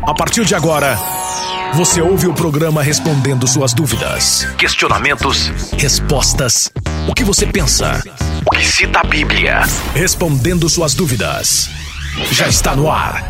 A partir de agora, você ouve o programa respondendo suas dúvidas, questionamentos, respostas, o que você pensa, o que cita a Bíblia. Respondendo suas dúvidas. Já está no ar.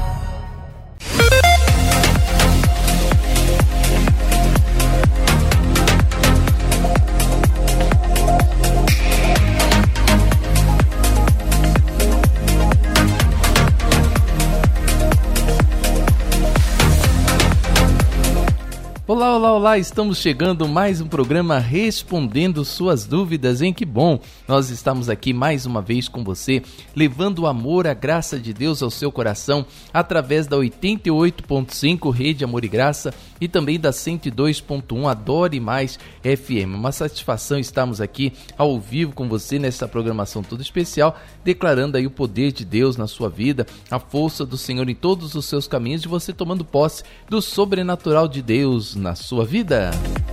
Olá, olá, olá, estamos chegando mais um programa Respondendo Suas Dúvidas, hein? Que bom! Nós estamos aqui mais uma vez com você, levando o amor, a graça de Deus ao seu coração, através da 88.5 Rede Amor e Graça e também da 102.1 Adore Mais FM. Uma satisfação estarmos aqui ao vivo com você nessa programação toda especial, declarando aí o poder de Deus na sua vida, a força do Senhor em todos os seus caminhos e você tomando posse do sobrenatural de Deus na sua vida.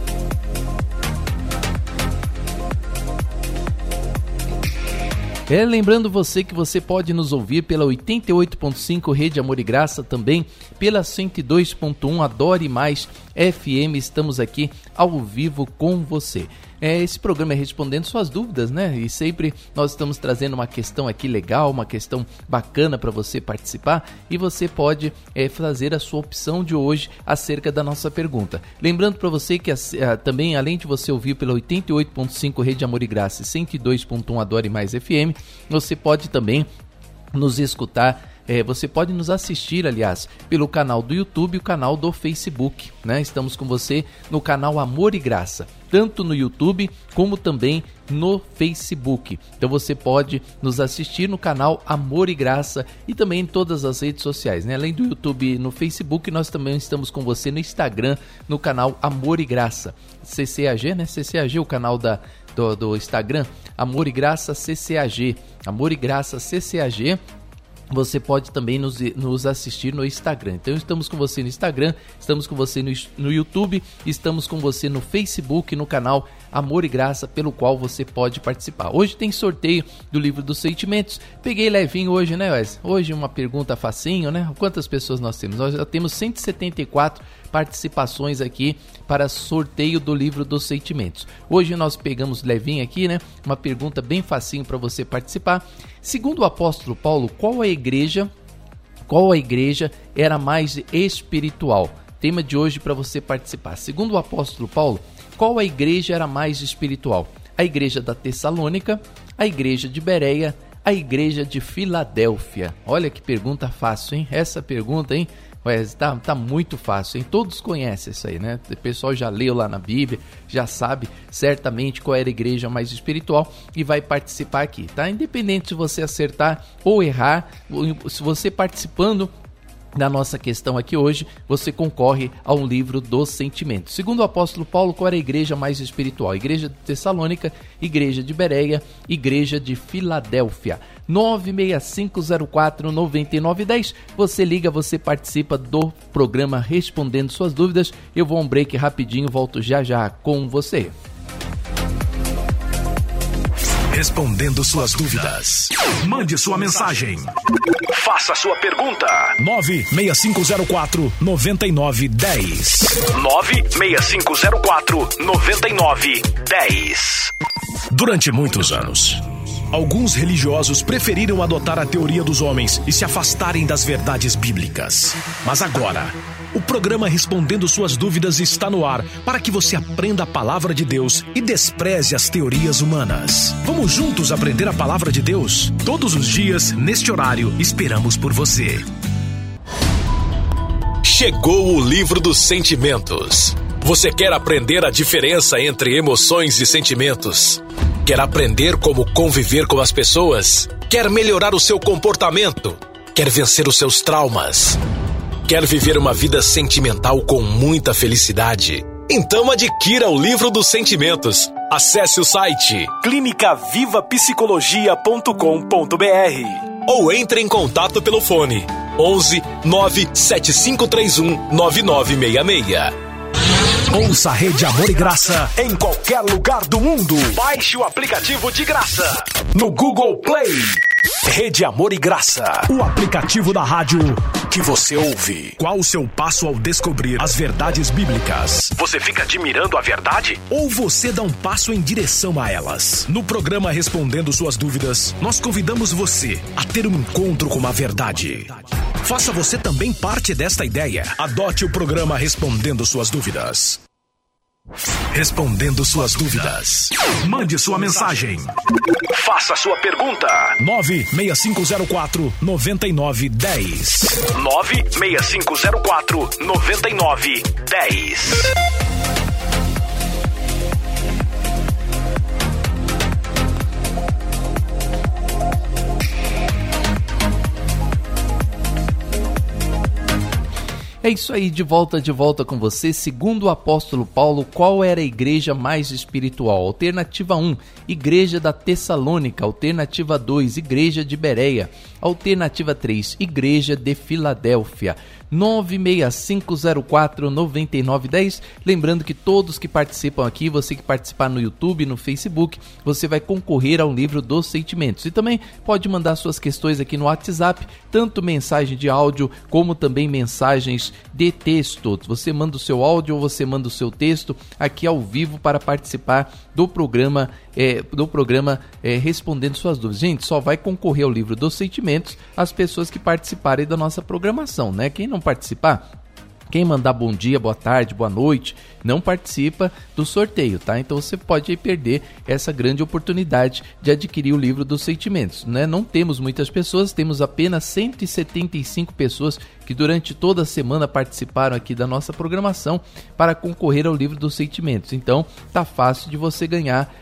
Lembrando você que você pode nos ouvir pela 88.5 Rede Amor e Graça, também pela 102.1 Adore Mais FM. Estamos aqui ao vivo com você. Esse programa é respondendo suas dúvidas, né? E sempre nós estamos trazendo uma questão aqui legal, uma questão bacana para você participar e você pode fazer a sua opção de hoje acerca da nossa pergunta. Lembrando para você que também, além de você ouvir pela 88.5 Rede Amor e Graça e 102.1 Adore Mais FM, você pode também nos escutar. Você pode nos assistir, aliás, pelo canal do YouTube e o canal do Facebook, né? Estamos com você no canal Amor e Graça, tanto no YouTube como também no Facebook. Então você pode nos assistir no canal Amor e Graça e também em todas as redes sociais, né? Além do YouTube e no Facebook, nós também estamos com você no Instagram, no canal Amor e Graça. CCAG, né? CCAG, o canal do Instagram, Amor e Graça CCAG. Amor e Graça CCAG. Você pode também nos assistir no Instagram. Então estamos com você no Instagram, estamos com você no YouTube, estamos com você no Facebook, no canal Amor e Graça, pelo qual você pode participar. Hoje tem sorteio do Livro dos Sentimentos. Peguei levinho hoje, né, Wes? Hoje uma pergunta facinho, né? Quantas pessoas nós temos? Nós já temos 174 participações aqui para sorteio do Livro dos Sentimentos. Hoje nós pegamos levinho aqui, né? Uma pergunta bem facinho para você participar. Segundo o apóstolo Paulo, qual a igreja era mais espiritual? Tema de hoje para você participar. Segundo o apóstolo Paulo, qual a igreja era mais espiritual? A igreja da Tessalônica, a igreja de Bereia, a igreja de Filadélfia. Olha que pergunta fácil, hein? Essa pergunta, hein? Tá muito fácil, hein? Todos conhecem isso aí, né? O pessoal já leu lá na Bíblia, já sabe certamente qual era a igreja mais espiritual e vai participar aqui, tá? Independente se você acertar ou errar, se você participando da nossa questão aqui hoje, você concorre a um Livro dos Sentimentos. Segundo o apóstolo Paulo, qual era a igreja mais espiritual? Igreja de Tessalônica, igreja de Bereia, igreja de Filadélfia. 96504-9910. Você liga, você participa do programa Respondendo Suas Dúvidas. Eu vou um break rapidinho, volto já já com você. Respondendo suas dúvidas. Mande sua mensagem. Faça sua pergunta. 96504-9910. 96504-9910. Durante muitos anos, alguns religiosos preferiram adotar a teoria dos homens e se afastarem das verdades bíblicas. Mas agora, o programa Respondendo Suas Dúvidas está no ar para que você aprenda a palavra de Deus e despreze as teorias humanas. Vamos juntos aprender a palavra de Deus? Todos os dias, neste horário, esperamos por você. Chegou o Livro dos Sentimentos. Você quer aprender a diferença entre emoções e sentimentos? Quer aprender como conviver com as pessoas? Quer melhorar o seu comportamento? Quer vencer os seus traumas? Quer viver uma vida sentimental com muita felicidade? Então adquira o Livro dos Sentimentos. Acesse o site clinicavivapsicologia.com.br ou entre em contato pelo fone 11 97531 9966. Ouça a Rede Amor e Graça em qualquer lugar do mundo. Baixe o aplicativo de graça no Google Play. Rede Amor e Graça, o aplicativo da rádio que você ouve. Qual o seu passo ao descobrir as verdades bíblicas? Você fica admirando a verdade? Ou você dá um passo em direção a elas? No programa Respondendo Suas Dúvidas, nós convidamos você a ter um encontro com a verdade. Faça você também parte desta ideia. Adote o programa Respondendo Suas Dúvidas. Respondendo suas dúvidas. Mande sua mensagem. Faça sua pergunta. 96504-9910. 96504-9910. É isso aí, de volta com você. Segundo o apóstolo Paulo, qual era a igreja mais espiritual? Alternativa 1, Igreja da Tessalônica. Alternativa 2, Igreja de Bereia. Alternativa 3, Igreja de Filadélfia. 96504-9910. Lembrando que todos que participam aqui, você que participar no YouTube, no Facebook, você vai concorrer ao livro dos sentimentos. E também pode mandar suas questões aqui no WhatsApp, tanto mensagem de áudio como também mensagens de texto. Você manda o seu áudio ou você manda o seu texto aqui ao vivo para participar do programa Respondendo Suas Dúvidas. Gente, só vai concorrer ao livro dos sentimentos as pessoas que participarem da nossa programação, né? Quem não participar, quem mandar bom dia, boa tarde, boa noite, não participa do sorteio, tá? Então você pode aí perder essa grande oportunidade de adquirir o livro dos sentimentos, né? Não temos muitas pessoas, temos apenas 175 pessoas que durante toda a semana participaram aqui da nossa programação para concorrer ao livro dos sentimentos. Então tá fácil de você ganhar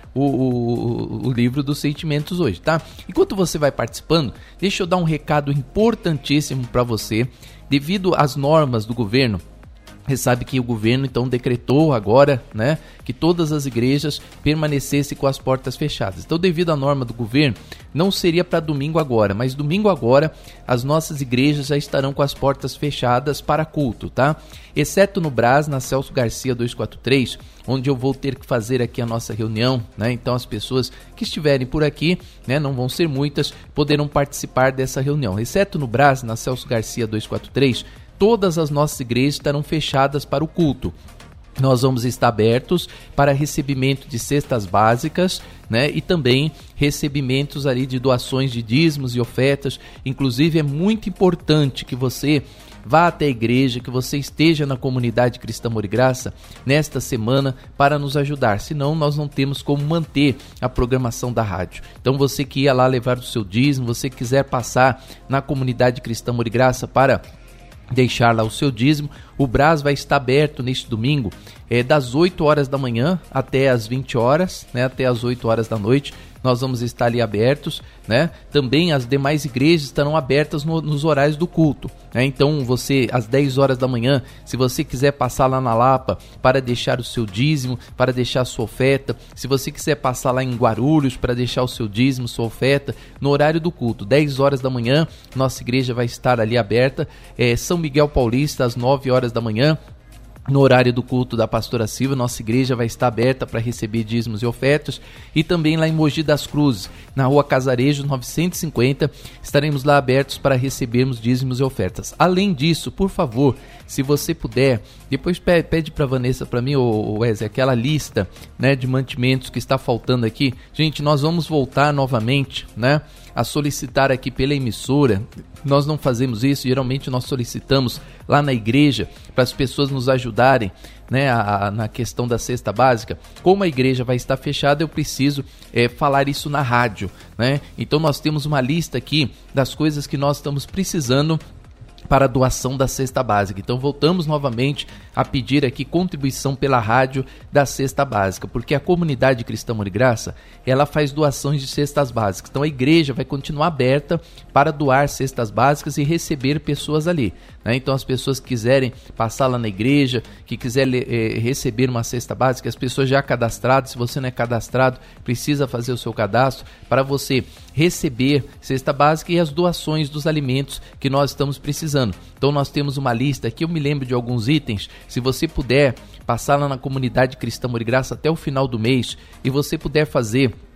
o livro dos sentimentos hoje, tá? Enquanto você vai participando, deixa eu dar um recado importantíssimo para você. Devido às normas do governo, você sabe que o governo então decretou agora, né, que todas as igrejas permanecessem com as portas fechadas. Então, devido à norma do governo, não seria para domingo agora, mas domingo agora as nossas igrejas já estarão com as portas fechadas para culto, tá? Exceto no Brás, na Celso Garcia 243, onde eu vou ter que fazer aqui a nossa reunião, né? Então as pessoas que estiverem por aqui, né, não vão ser muitas, poderão participar dessa reunião. Exceto no Brás, na Celso Garcia 243, todas as nossas igrejas estarão fechadas para o culto. Nós vamos estar abertos para recebimento de cestas básicas, né, e também recebimentos ali de doações de dízimos e ofertas. Inclusive é muito importante que você vá até a igreja, que você esteja na comunidade Cristã Amor e Graça nesta semana para nos ajudar, senão nós não temos como manter a programação da rádio. Então você que ia lá levar o seu dízimo, você que quiser passar na comunidade Cristã Amor e Graça para deixar lá o seu dízimo, o Brás vai estar aberto neste domingo, das 8 horas da manhã até as 20 horas, né, até as 8 horas da noite. Nós vamos estar ali abertos, né? Também as demais igrejas estarão abertas nos horários do culto, né? Então você, às 10 horas da manhã, se você quiser passar lá na Lapa para deixar o seu dízimo, para deixar a sua oferta, se você quiser passar lá em Guarulhos para deixar o seu dízimo, sua oferta, no horário do culto, 10 horas da manhã, nossa igreja vai estar ali aberta. São Miguel Paulista, às 9 horas da manhã, no horário do culto da pastora Silva, nossa igreja vai estar aberta para receber dízimos e ofertas. E também lá em Mogi das Cruzes, na rua Casarejo 950, estaremos lá abertos para recebermos dízimos e ofertas. Além disso, por favor, se você puder, depois pede para Vanessa, para mim, ou Wesley, aquela lista, né, de mantimentos que está faltando aqui. Gente, nós vamos voltar novamente, né, a solicitar aqui pela emissora. Nós não fazemos isso, geralmente nós solicitamos lá na igreja para as pessoas nos ajudarem, né, na questão da cesta básica. Como a igreja vai estar fechada, eu preciso falar isso na rádio, né? Então nós temos uma lista aqui das coisas que nós estamos precisando para a doação da cesta básica. Então voltamos novamente a pedir aqui contribuição pela rádio da cesta básica, porque a comunidade Cristã Amor e Graça, ela faz doações de cestas básicas. Então a igreja vai continuar aberta para doar cestas básicas e receber pessoas ali, né? Então as pessoas que quiserem passar lá na igreja, que quiserem receber uma cesta básica, as pessoas já cadastradas, se você não é cadastrado, precisa fazer o seu cadastro para você receber cesta básica e as doações dos alimentos que nós estamos precisando. Então nós temos uma lista aqui, eu me lembro de alguns itens. Se você puder passar lá na comunidade Cristã Amor e Graça até o final do mês e você puder fazer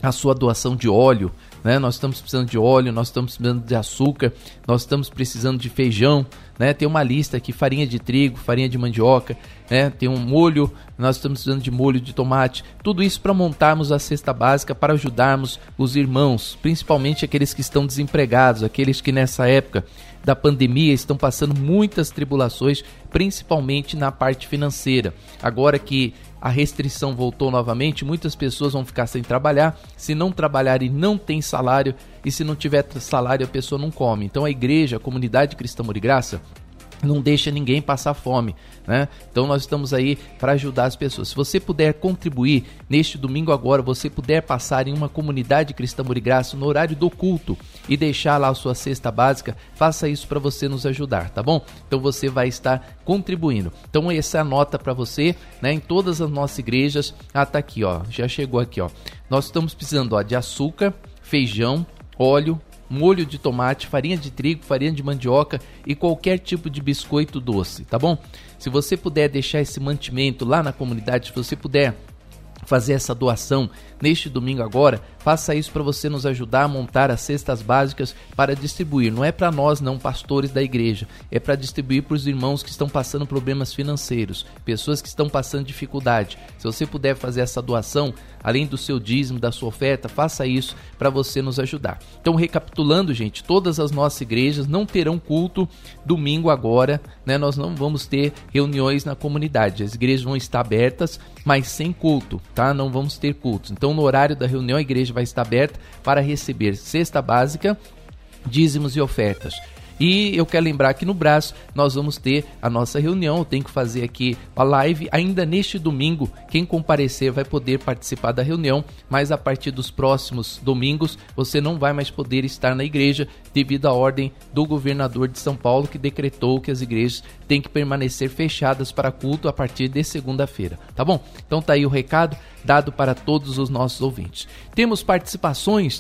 a sua doação de óleo, né? Nós estamos precisando de óleo, nós estamos precisando de açúcar, nós estamos precisando de feijão, né? Tem uma lista aqui, farinha de trigo, farinha de mandioca, né? Tem um molho, nós estamos precisando de molho de tomate, tudo isso para montarmos a cesta básica, para ajudarmos os irmãos, principalmente aqueles que estão desempregados, aqueles que nessa época da pandemia estão passando muitas tribulações, principalmente na parte financeira. Agora que a restrição voltou novamente, muitas pessoas vão ficar sem trabalhar. Se não trabalhar e não tem salário, e se não tiver salário a pessoa não come. Então a igreja, a comunidade cristã Amor e Graça, não deixa ninguém passar fome, né? Então nós estamos aí para ajudar as pessoas. Se você puder contribuir neste domingo agora, você puder passar em uma comunidade cristã Amor e Graça no horário do culto e deixar lá a sua cesta básica, faça isso para você nos ajudar, tá bom? Então você vai estar contribuindo. Então essa é a nota para você, né? Em todas as nossas igrejas. Tá aqui, ó, já chegou aqui, ó. Nós estamos precisando, ó, de açúcar, feijão, óleo, molho de tomate, farinha de trigo, farinha de mandioca e qualquer tipo de biscoito doce, tá bom? Se você puder deixar esse mantimento lá na comunidade, se você puder fazer essa doação neste domingo agora, faça isso para você nos ajudar a montar as cestas básicas para distribuir. Não é para nós não, pastores da igreja, é para distribuir para os irmãos que estão passando problemas financeiros, pessoas que estão passando dificuldade. Se você puder fazer essa doação, além do seu dízimo, da sua oferta, faça isso para você nos ajudar. Então, recapitulando, gente, todas as nossas igrejas não terão culto domingo agora, né? Nós não vamos ter reuniões na comunidade. As igrejas vão estar abertas, mas sem culto, tá? Não vamos ter cultos. Então, no horário da reunião, a igreja vai estar aberta para receber cesta básica, dízimos e ofertas. E eu quero lembrar que no Braço nós vamos ter a nossa reunião. Eu tenho que fazer aqui a live ainda neste domingo. Quem comparecer vai poder participar da reunião, mas a partir dos próximos domingos você não vai mais poder estar na igreja devido à ordem do governador de São Paulo, que decretou que as igrejas têm que permanecer fechadas para culto a partir de segunda-feira, tá bom? Então tá aí o recado dado para todos os nossos ouvintes. Temos participações,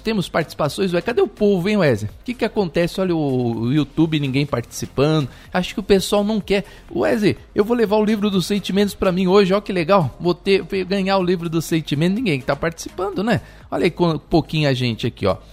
ué, cadê o povo, hein, Wesley? O que acontece? Olha o YouTube, ninguém participando, acho que o pessoal não quer. Wesley, eu vou levar o livro dos sentimentos para mim hoje, ó que legal, vou ganhar o livro dos sentimentos, ninguém tá participando, né? Olha aí com pouquinha gente aqui, ó.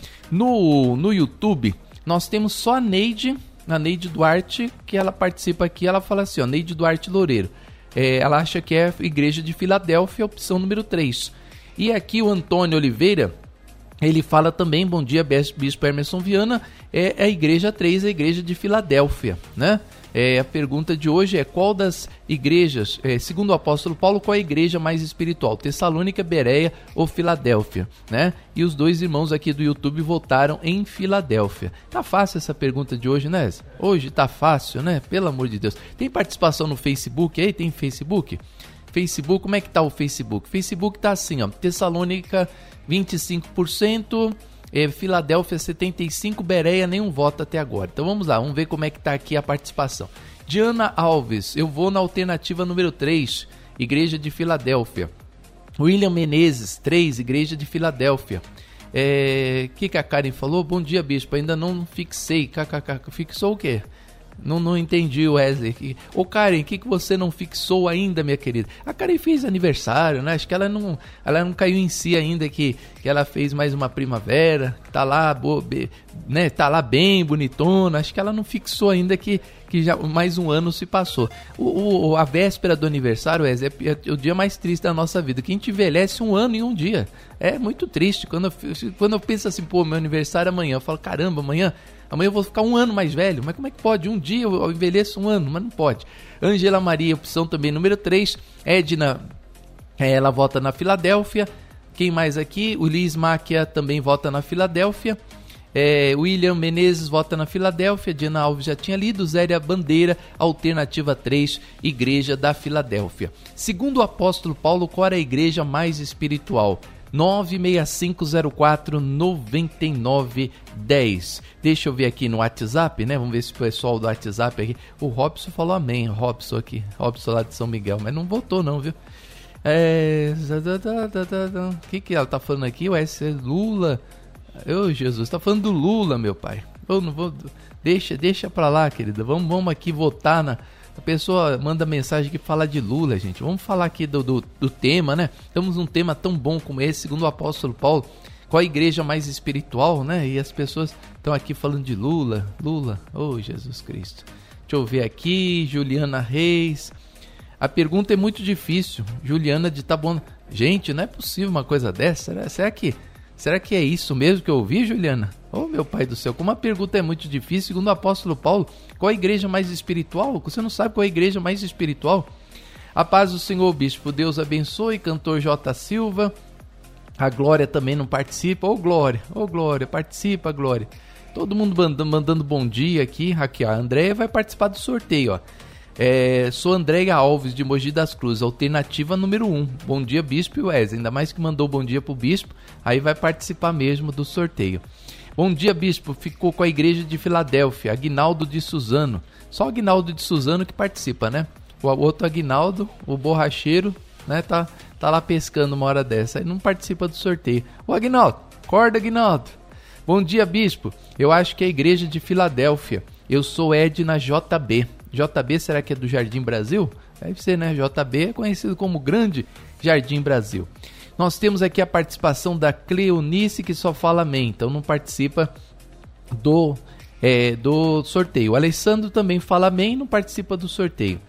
No YouTube, nós temos só a Neide Duarte, que ela participa aqui, ela fala assim, ó, Neide Duarte Loureiro. Ela acha que é a Igreja de Filadélfia, opção número 3. E aqui o Antônio Oliveira, ele fala também, bom dia, Bispo Emerson Viana, é a Igreja 3, a Igreja de Filadélfia, né? A pergunta de hoje é qual das igrejas, segundo o apóstolo Paulo, qual é a igreja mais espiritual? Tessalônica, Bereia ou Filadélfia, né? E os dois irmãos aqui do YouTube votaram em Filadélfia. Tá fácil essa pergunta de hoje, né? Hoje tá fácil, né? Pelo amor de Deus. Tem participação no Facebook aí? Tem Facebook? Facebook, como é que tá o Facebook? Facebook tá assim, ó, Tessalônica 25%, Filadélfia 75%, Bereia nenhum voto até agora. Então vamos lá, vamos ver como é que tá aqui a participação. Diana Alves, eu vou na alternativa número 3, Igreja de Filadélfia. William Menezes, 3, Igreja de Filadélfia. Que a Karen falou? Bom dia, bispo, ainda não fixei. Fixou o quê? Não entendi, Wesley. Ô Karen, o que você não fixou ainda, minha querida? A Karen fez aniversário, né? Acho que ela não caiu em si ainda, que ela fez mais uma primavera, tá lá, né? Tá lá bem bonitona. Acho que ela não fixou ainda que já mais um ano se passou. A véspera do aniversário, Wesley, é o dia mais triste da nossa vida, que a gente envelhece um ano em um dia. É muito triste. Quando eu penso assim, pô, meu aniversário é amanhã, eu falo, caramba, amanhã eu vou ficar um ano mais velho, mas como é que pode? Um dia eu envelheço um ano, mas não pode. Angela Maria, opção também número 3. Edna, ela vota na Filadélfia. Quem mais aqui? O Liz Máquia também vota na Filadélfia. William Menezes vota na Filadélfia. Diana Alves já tinha lido. Zélia Bandeira, alternativa 3, Igreja da Filadélfia. Segundo o apóstolo Paulo, qual era a igreja mais espiritual? 96504-9910. Deixa eu ver aqui no WhatsApp, né? Vamos ver se o pessoal do WhatsApp aqui. O Robson falou amém. Robson aqui. Robson lá de São Miguel. Mas não votou não, viu? O que ela tá falando aqui? Lula. Ô Jesus, tá falando do Lula, meu pai. Eu não vou. Deixa pra lá, querida. Vamos aqui votar na. A pessoa manda mensagem que fala de Lula, gente. Vamos falar aqui do tema, né? Estamos num tema tão bom como esse, segundo o apóstolo Paulo. qual a igreja mais espiritual, né? E as pessoas estão aqui falando de Lula, oh Jesus Cristo. Deixa eu ver aqui, Juliana Reis. A pergunta é muito difícil. Juliana de Tabona. Gente, não é possível uma coisa dessa. Será que é isso mesmo que eu ouvi, Juliana? Oh, meu pai do céu, como a pergunta é muito difícil. Segundo o apóstolo Paulo, qual a igreja mais espiritual? Você não sabe qual é a igreja mais espiritual? A paz do Senhor, bispo. Deus abençoe. Cantor J. Silva. A Glória também não participa. Ô, Glória, participa, Glória. Todo mundo mandando bom dia aqui. Aqui, a Andréia vai participar do sorteio, ó. Sou Andréia Alves, de Mogi das Cruzes, alternativa número 1. Bom dia, bispo e Wesley. Ainda mais que mandou bom dia pro bispo, aí vai participar mesmo do sorteio. Bom dia, bispo. Ficou com a igreja de Filadélfia, Aguinaldo de Suzano. Só o Aguinaldo de Suzano que participa, né? O outro Aguinaldo, o borracheiro, né? Tá lá pescando uma hora dessa, aí não participa do sorteio. Ô, Aguinaldo, acorda, Aguinaldo. Bom dia, bispo. Eu acho que é a igreja de Filadélfia. Eu sou Edna JB. JB, será que é do Jardim Brasil? Deve ser, né? JB é conhecido como Grande Jardim Brasil. Nós temos aqui a participação da Cleonice, que só fala amém, então não participa do sorteio. O Alessandro também fala amém, não participa do sorteio.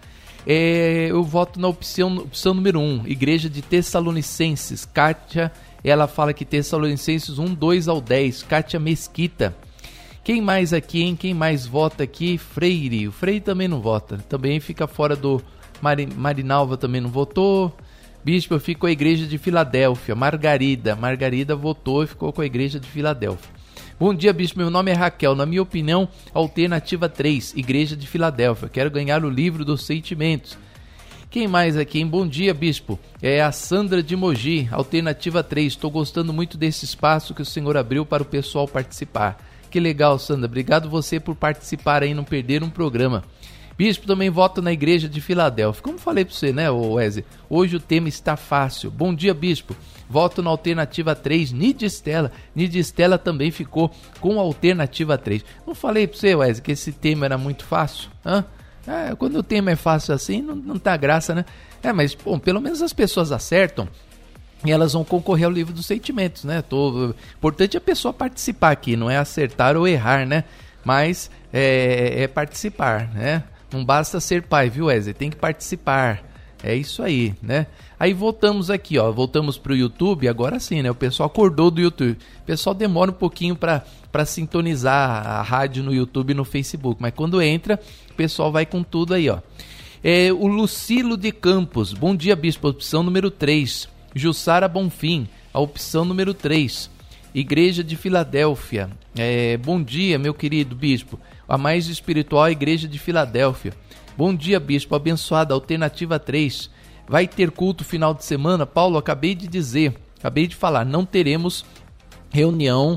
Eu voto na opção número 1, Igreja de Tessalonicenses. Kátia, ela fala que Tessalonicenses 1, 2 ao 10. Kátia Mesquita. Quem mais aqui, hein? Quem mais vota aqui? Freire. O Freire também não vota. Também fica fora do... Marinalva também não votou. Bispo, eu fico com a igreja de Filadélfia. Margarida votou e ficou com a igreja de Filadélfia. Bom dia, bispo. Meu nome é Raquel. Na minha opinião, alternativa 3, Igreja de Filadélfia. Quero ganhar o livro dos sentimentos. Quem mais aqui, hein? Bom dia, bispo. É a Sandra de Mogi, alternativa 3. Estou gostando muito desse espaço que o senhor abriu para o pessoal participar. Que legal, Sandra. Obrigado você por participar aí, não perder um programa. Bispo, também voto na igreja de Filadélfia. Como falei para você, né, Wesley? Hoje o tema está fácil. Bom dia, bispo. Voto na alternativa 3, Nidistela. Nidistela também ficou com a alternativa 3. Não falei para você, Wesley, que esse tema era muito fácil? Quando o tema é fácil assim, não tá graça, né? Mas, bom, pelo menos as pessoas acertam. E elas vão concorrer ao livro dos sentimentos, né? Importante a pessoa participar aqui, não é acertar ou errar, né? Mas é participar, né? Não basta ser pai, viu, Wesley? Tem que participar. É isso aí, né? Aí voltamos aqui, ó. Voltamos pro YouTube, agora sim, né? O pessoal acordou do YouTube. O pessoal demora um pouquinho para sintonizar a rádio no YouTube e no Facebook. Mas quando entra, o pessoal vai com tudo aí, ó. O Lucilo de Campos. Bom dia, bispo. Opção número 3. Jussara Bonfim, a opção número 3, Igreja de Filadélfia. Bom dia, meu querido bispo. A mais espiritual, a Igreja de Filadélfia. Bom dia, bispo, abençoada, alternativa 3. Vai ter culto final de semana? Paulo, acabei de falar, não teremos reunião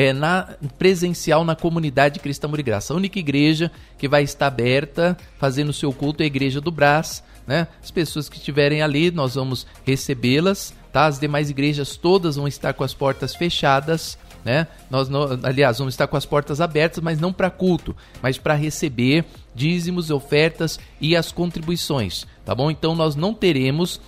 presencial na comunidade Cristã Amor e Graça. A única igreja que vai estar aberta, fazendo o seu culto, é a Igreja do Brás, né? As pessoas que estiverem ali, nós vamos recebê-las, tá? As demais igrejas todas vão estar com as portas fechadas, né? Aliás, vamos estar com as portas abertas, mas não para culto, mas para receber dízimos, ofertas e as contribuições, tá bom? Então nós não teremos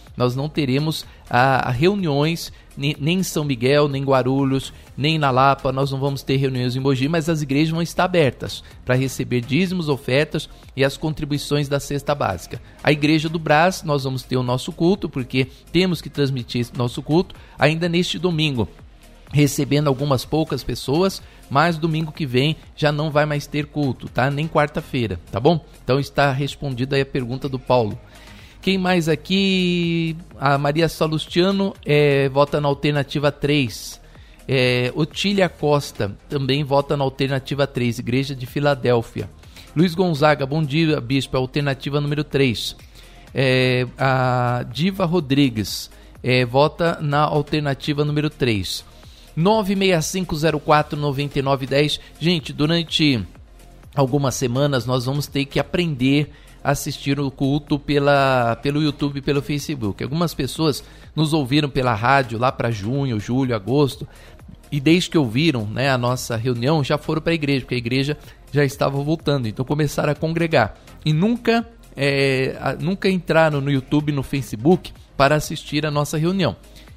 reuniões nem em São Miguel, nem em Guarulhos, nem na Lapa. Nós não vamos ter reuniões em Mogi, mas as igrejas vão estar abertas para receber dízimos, ofertas e as contribuições da cesta básica. A Igreja do Brás, nós vamos ter o nosso culto, porque temos que transmitir nosso culto ainda neste domingo, recebendo algumas poucas pessoas, mas domingo que vem já não vai mais ter culto, tá? Nem quarta-feira, tá bom? Então está respondida aí a pergunta do Paulo. Quem mais aqui? A Maria Salustiano vota na alternativa 3. Otília Costa também vota na alternativa 3, Igreja de Filadélfia. Luiz Gonzaga, bom dia, bispo, alternativa número 3. A Diva Rodrigues vota na alternativa número 3. 965049910. Gente, durante algumas semanas nós vamos ter que aprender a assistir o culto pelo YouTube e pelo Facebook. Algumas pessoas nos ouviram pela rádio lá para junho, julho, agosto, e desde que ouviram, né, a nossa reunião, já foram para a igreja, porque a igreja já estava voltando, então começaram a congregar e nunca entraram no YouTube e no Facebook para assistir a nossa reunião.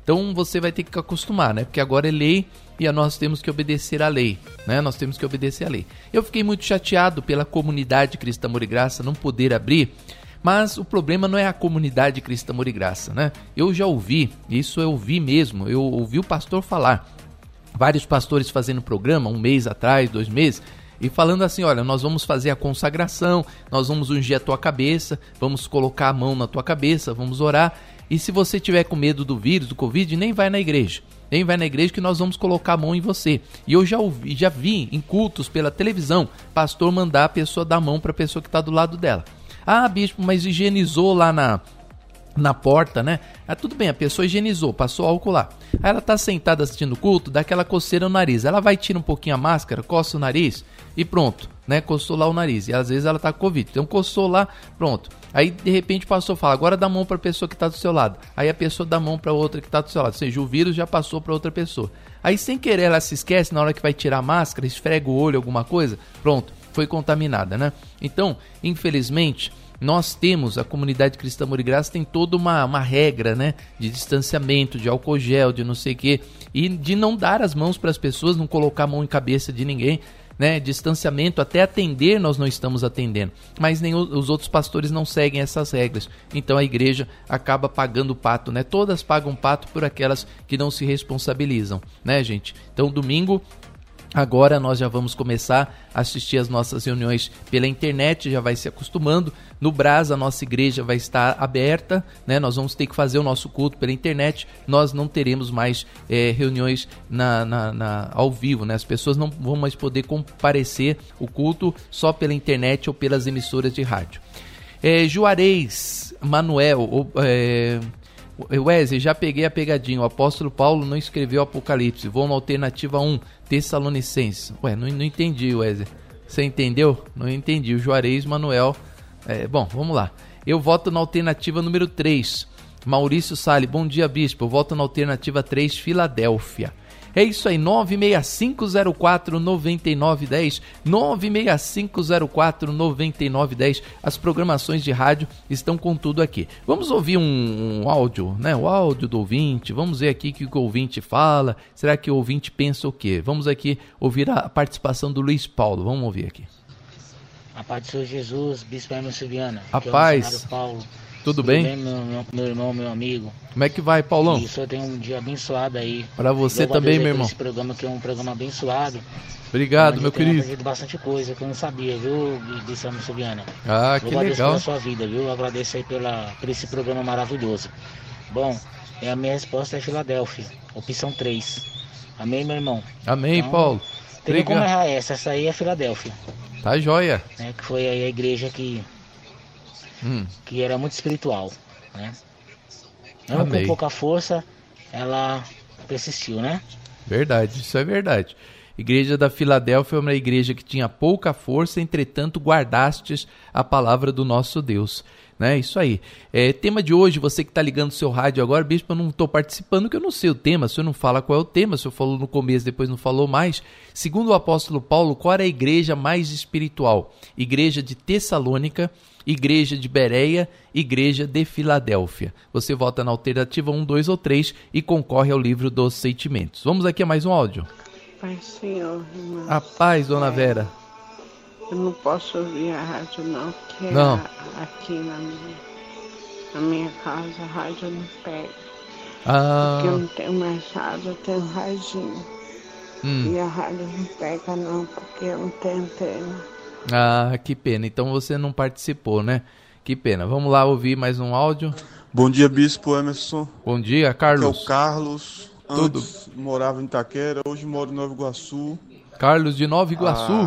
Então você vai ter que acostumar, né? Porque agora é lei e nós temos que obedecer à lei, né? Nós temos que obedecer à lei. Eu fiquei muito chateado pela comunidade Cristo Amor e Graça não poder abrir, mas o problema não é a comunidade Cristo Amor e Graça, né? Eu já ouvi, isso eu ouvi mesmo, eu ouvi o pastor falar, vários pastores fazendo programa, 1 mês atrás, 2 meses, e falando assim, olha, nós vamos fazer a consagração, nós vamos ungir a tua cabeça, vamos colocar a mão na tua cabeça, vamos orar, e se você tiver com medo do vírus, do Covid, nem vai na igreja. Nem vai na igreja que nós vamos colocar a mão em você. E eu já vi em cultos pela televisão, pastor mandar a pessoa dar a mão para a pessoa que está do lado dela. Ah, bispo, mas higienizou lá na porta, né? Ah, tudo bem, a pessoa higienizou, passou álcool lá. Aí ela tá sentada assistindo o culto, dá aquela coceira no nariz. Ela vai, tira um pouquinho a máscara, coça o nariz e pronto, né? Coçou lá o nariz. E às vezes ela tá com Covid. Então coçou lá, pronto. Aí de repente o pastor fala, agora dá a mão para a pessoa que tá do seu lado. Aí a pessoa dá a mão para outra que tá do seu lado. Ou seja, o vírus já passou para outra pessoa. Aí sem querer ela se esquece, na hora que vai tirar a máscara, esfrega o olho, alguma coisa, pronto, foi contaminada, né? Então, infelizmente, nós temos, a comunidade Cristã Amor e Graça tem toda uma regra, né, de distanciamento, de álcool gel, de não sei o quê, e de não dar as mãos para as pessoas, não colocar a mão em cabeça de ninguém, né, distanciamento, até atender nós não estamos atendendo, mas nem os outros pastores não seguem essas regras, então a igreja acaba pagando o pato, né, todas pagam pato por aquelas que não se responsabilizam, né, gente? Então domingo, agora nós já vamos começar a assistir as nossas reuniões pela internet, já vai se acostumando. No Brás, a nossa igreja vai estar aberta, né? Nós vamos ter que fazer o nosso culto pela internet. Nós não teremos mais reuniões ao vivo, né? As pessoas não vão mais poder comparecer o culto só pela internet ou pelas emissoras de rádio. Juarez, Manuel... Wesley, já peguei a pegadinha. O apóstolo Paulo não escreveu Apocalipse. Vou na alternativa 1, Tessalonicenses. Ué, não entendi, Wesley. Você entendeu? Não entendi. O Juarez Manuel. Bom, vamos lá. Eu voto na alternativa número 3. Maurício Salles, bom dia, bispo. Eu voto na alternativa 3, Filadélfia. É isso aí, 96504-9910, 96504-9910. As programações de rádio estão com tudo aqui. Vamos ouvir um áudio, né? O áudio do ouvinte. Vamos ver aqui o que o ouvinte fala. Será que o ouvinte pensa o quê? Vamos aqui ouvir a participação do Luiz Paulo. Vamos ouvir aqui. A paz do Senhor Jesus, bispo Emerson Viana. A paz. Tudo bem? Meu irmão, meu amigo. Como é que vai, Paulão? E o senhor tem um dia abençoado aí. Para você também, meu irmão. Esse programa que é um programa abençoado. Obrigado, meu querido. Eu tenho aprendido bastante coisa que eu não sabia, viu, bispo Emerson Viana. Ah, que legal. Eu agradeço pela sua vida, viu? Eu agradeço aí por esse programa maravilhoso. Bom, a minha resposta é Filadélfia, opção 3. Amém, meu irmão? Amém, então, Paulo. Tem como errar essa aí é Filadélfia. Tá joia. Que foi aí a igreja que era muito espiritual, né? Mesmo com pouca força, ela persistiu, né? Verdade, isso é verdade. Igreja da Filadélfia é uma igreja que tinha pouca força, entretanto guardastes a palavra do nosso Deus. Né? Isso aí. Tema de hoje, você que está ligando o seu rádio agora, bispo, eu não estou participando porque eu não sei o tema, o senhor não fala qual é o tema, o senhor falou no começo, depois não falou mais. Segundo o apóstolo Paulo, qual era a igreja mais espiritual? Igreja de Tessalônica, igreja de Bereia, igreja de Filadélfia. Você vota na alternativa 1, 2 ou 3 e concorre ao livro dos sentimentos. Vamos aqui a mais um áudio. Pai, Senhor, irmão. A paz, dona Vera. Eu não posso ouvir a rádio não, porque não. Aqui na minha casa a rádio não pega. Porque eu não tenho mais rádio, eu tenho radinho. E a rádio não pega não, porque eu não tenho antena. Ah, que pena. Então você não participou, né? Que pena. Vamos lá ouvir mais um áudio. Bom dia, bispo Emerson. Bom dia, Carlos. Aqui é o Carlos. Tudo. Antes morava em Itaquera, hoje moro em Nova Iguaçu. Carlos de Nova Iguaçu?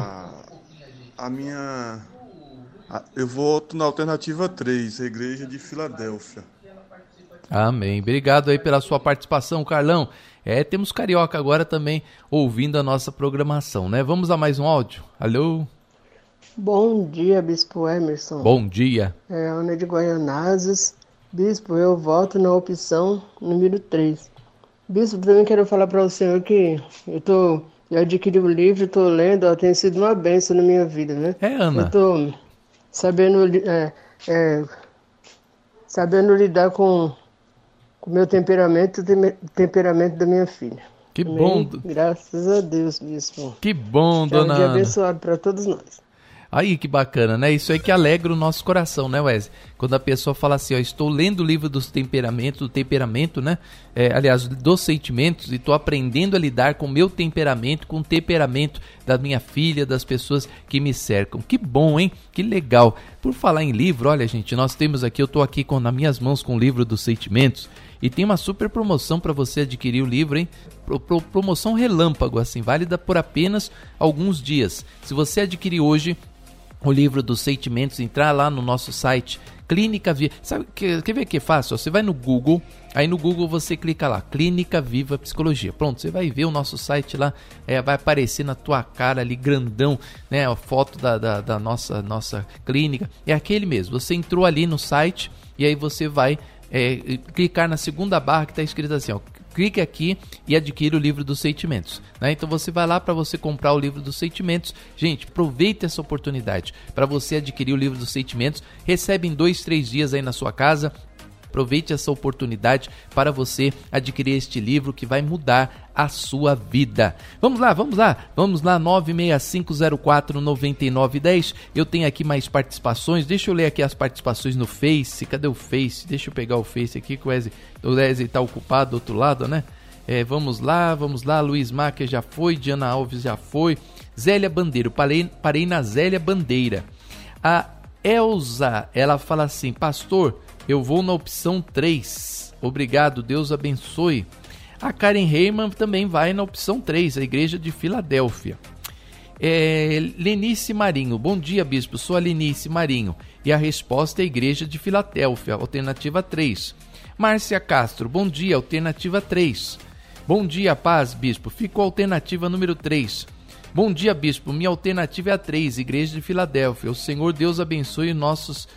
Eu voto na alternativa 3, a igreja de Filadélfia. Amém. Obrigado aí pela sua participação, Carlão. Temos carioca agora também ouvindo a nossa programação, né? Vamos a mais um áudio. Alô? Bom dia, bispo Emerson. Bom dia. Ana de Goianazes. Bispo, eu voto na opção número 3. Bispo, também quero falar para o senhor que eu adquiri o livro, estou lendo, tem sido uma bênção na minha vida, né? Ana. Eu estou sabendo lidar com com o meu temperamento e o temperamento da minha filha. Que Amém? bom. Graças a Deus, bispo. Que bom, dona Um dia Ana. abençoado para todos nós. Aí, que bacana, né? Isso aí que alegra o nosso coração, né, Wesley? Quando a pessoa fala assim, ó, estou lendo o livro dos temperamentos, do temperamento, né? Aliás, dos sentimentos, e estou aprendendo a lidar com o meu temperamento, com o temperamento da minha filha, das pessoas que me cercam. Que bom, hein? Que legal. Por falar em livro, olha, gente, nós temos aqui, eu estou aqui nas minhas mãos com o livro dos sentimentos, e tem uma super promoção para você adquirir o livro, hein? Promoção relâmpago, assim, válida por apenas alguns dias. Se você adquirir hoje o livro dos sentimentos, entrar lá no nosso site, Clínica Viva. Sabe, quer ver que é fácil? Você vai no Google, aí no Google você clica lá, Clínica Viva Psicologia. Pronto, você vai ver o nosso site lá, vai aparecer na tua cara ali, grandão, né? A foto da nossa clínica. É aquele mesmo. Você entrou ali no site e aí você vai clicar na segunda barra que está escrito assim, ó. Clique aqui e adquira o livro dos sentimentos, né? Então você vai lá para você comprar o livro dos sentimentos. Gente, aproveite essa oportunidade para você adquirir o livro dos sentimentos. Recebe em 2-3 dias aí na sua casa. Aproveite essa oportunidade para você adquirir este livro que vai mudar a sua vida. Vamos lá, 965049910. Eu tenho aqui mais participações. Deixa eu ler aqui as participações no Face. Cadê o Face? Deixa eu pegar o Face aqui, que o Wesley está ocupado do outro lado, né? Vamos lá. Luiz Máquia já foi, Diana Alves já foi. Zélia Bandeira, eu parei na Zélia Bandeira. A Elza, ela fala assim, pastor, eu vou na opção 3. Obrigado, Deus abençoe. A Karen Heyman também vai na opção 3, a Igreja de Filadélfia. Lenice Marinho, bom dia, bispo, sou a Lenice Marinho. E a resposta é a Igreja de Filadélfia, alternativa 3. Márcia Castro, bom dia, alternativa 3. Bom dia, paz, bispo, fico a alternativa número 3. Bom dia, bispo, minha alternativa é a 3, Igreja de Filadélfia. O Senhor Deus abençoe nos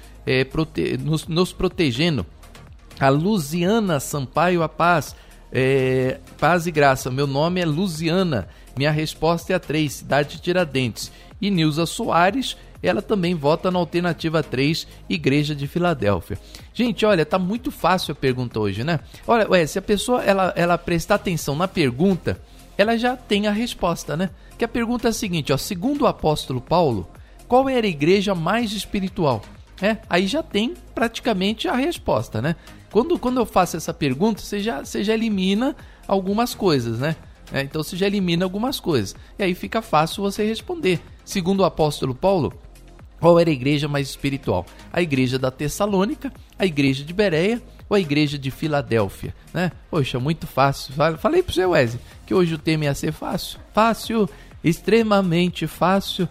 protegendo. A Luziana Sampaio, a paz, paz e graça. Meu nome é Luziana, minha resposta é a 3, Cidade de Tiradentes. E Nilza Soares, ela também vota na alternativa 3, Igreja de Filadélfia. Gente, olha, tá muito fácil a pergunta hoje, né? Olha, se a pessoa ela prestar atenção na pergunta, ela já tem a resposta, né? Que a pergunta é a seguinte, ó, segundo o apóstolo Paulo, qual era a igreja mais espiritual? Aí já tem praticamente a resposta, né? Quando eu faço essa pergunta, você já elimina algumas coisas, né? Então você já elimina algumas coisas. E aí fica fácil você responder. Segundo o apóstolo Paulo, qual era a igreja mais espiritual? A igreja da Tessalônica, a igreja de Bereia ou a igreja de Filadélfia, né? Poxa, muito fácil. Falei pro seu Wesley que hoje o tema ia ser fácil. Fácil, extremamente fácil.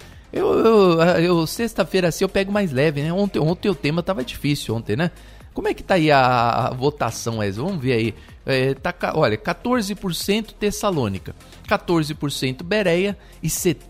Eu sexta-feira assim eu pego mais leve, né? Ontem o tema tava difícil ontem, né? Como é que tá aí a votação, Wesley? Vamos ver aí. Olha, 14% Tessalônica, 14% Bereia e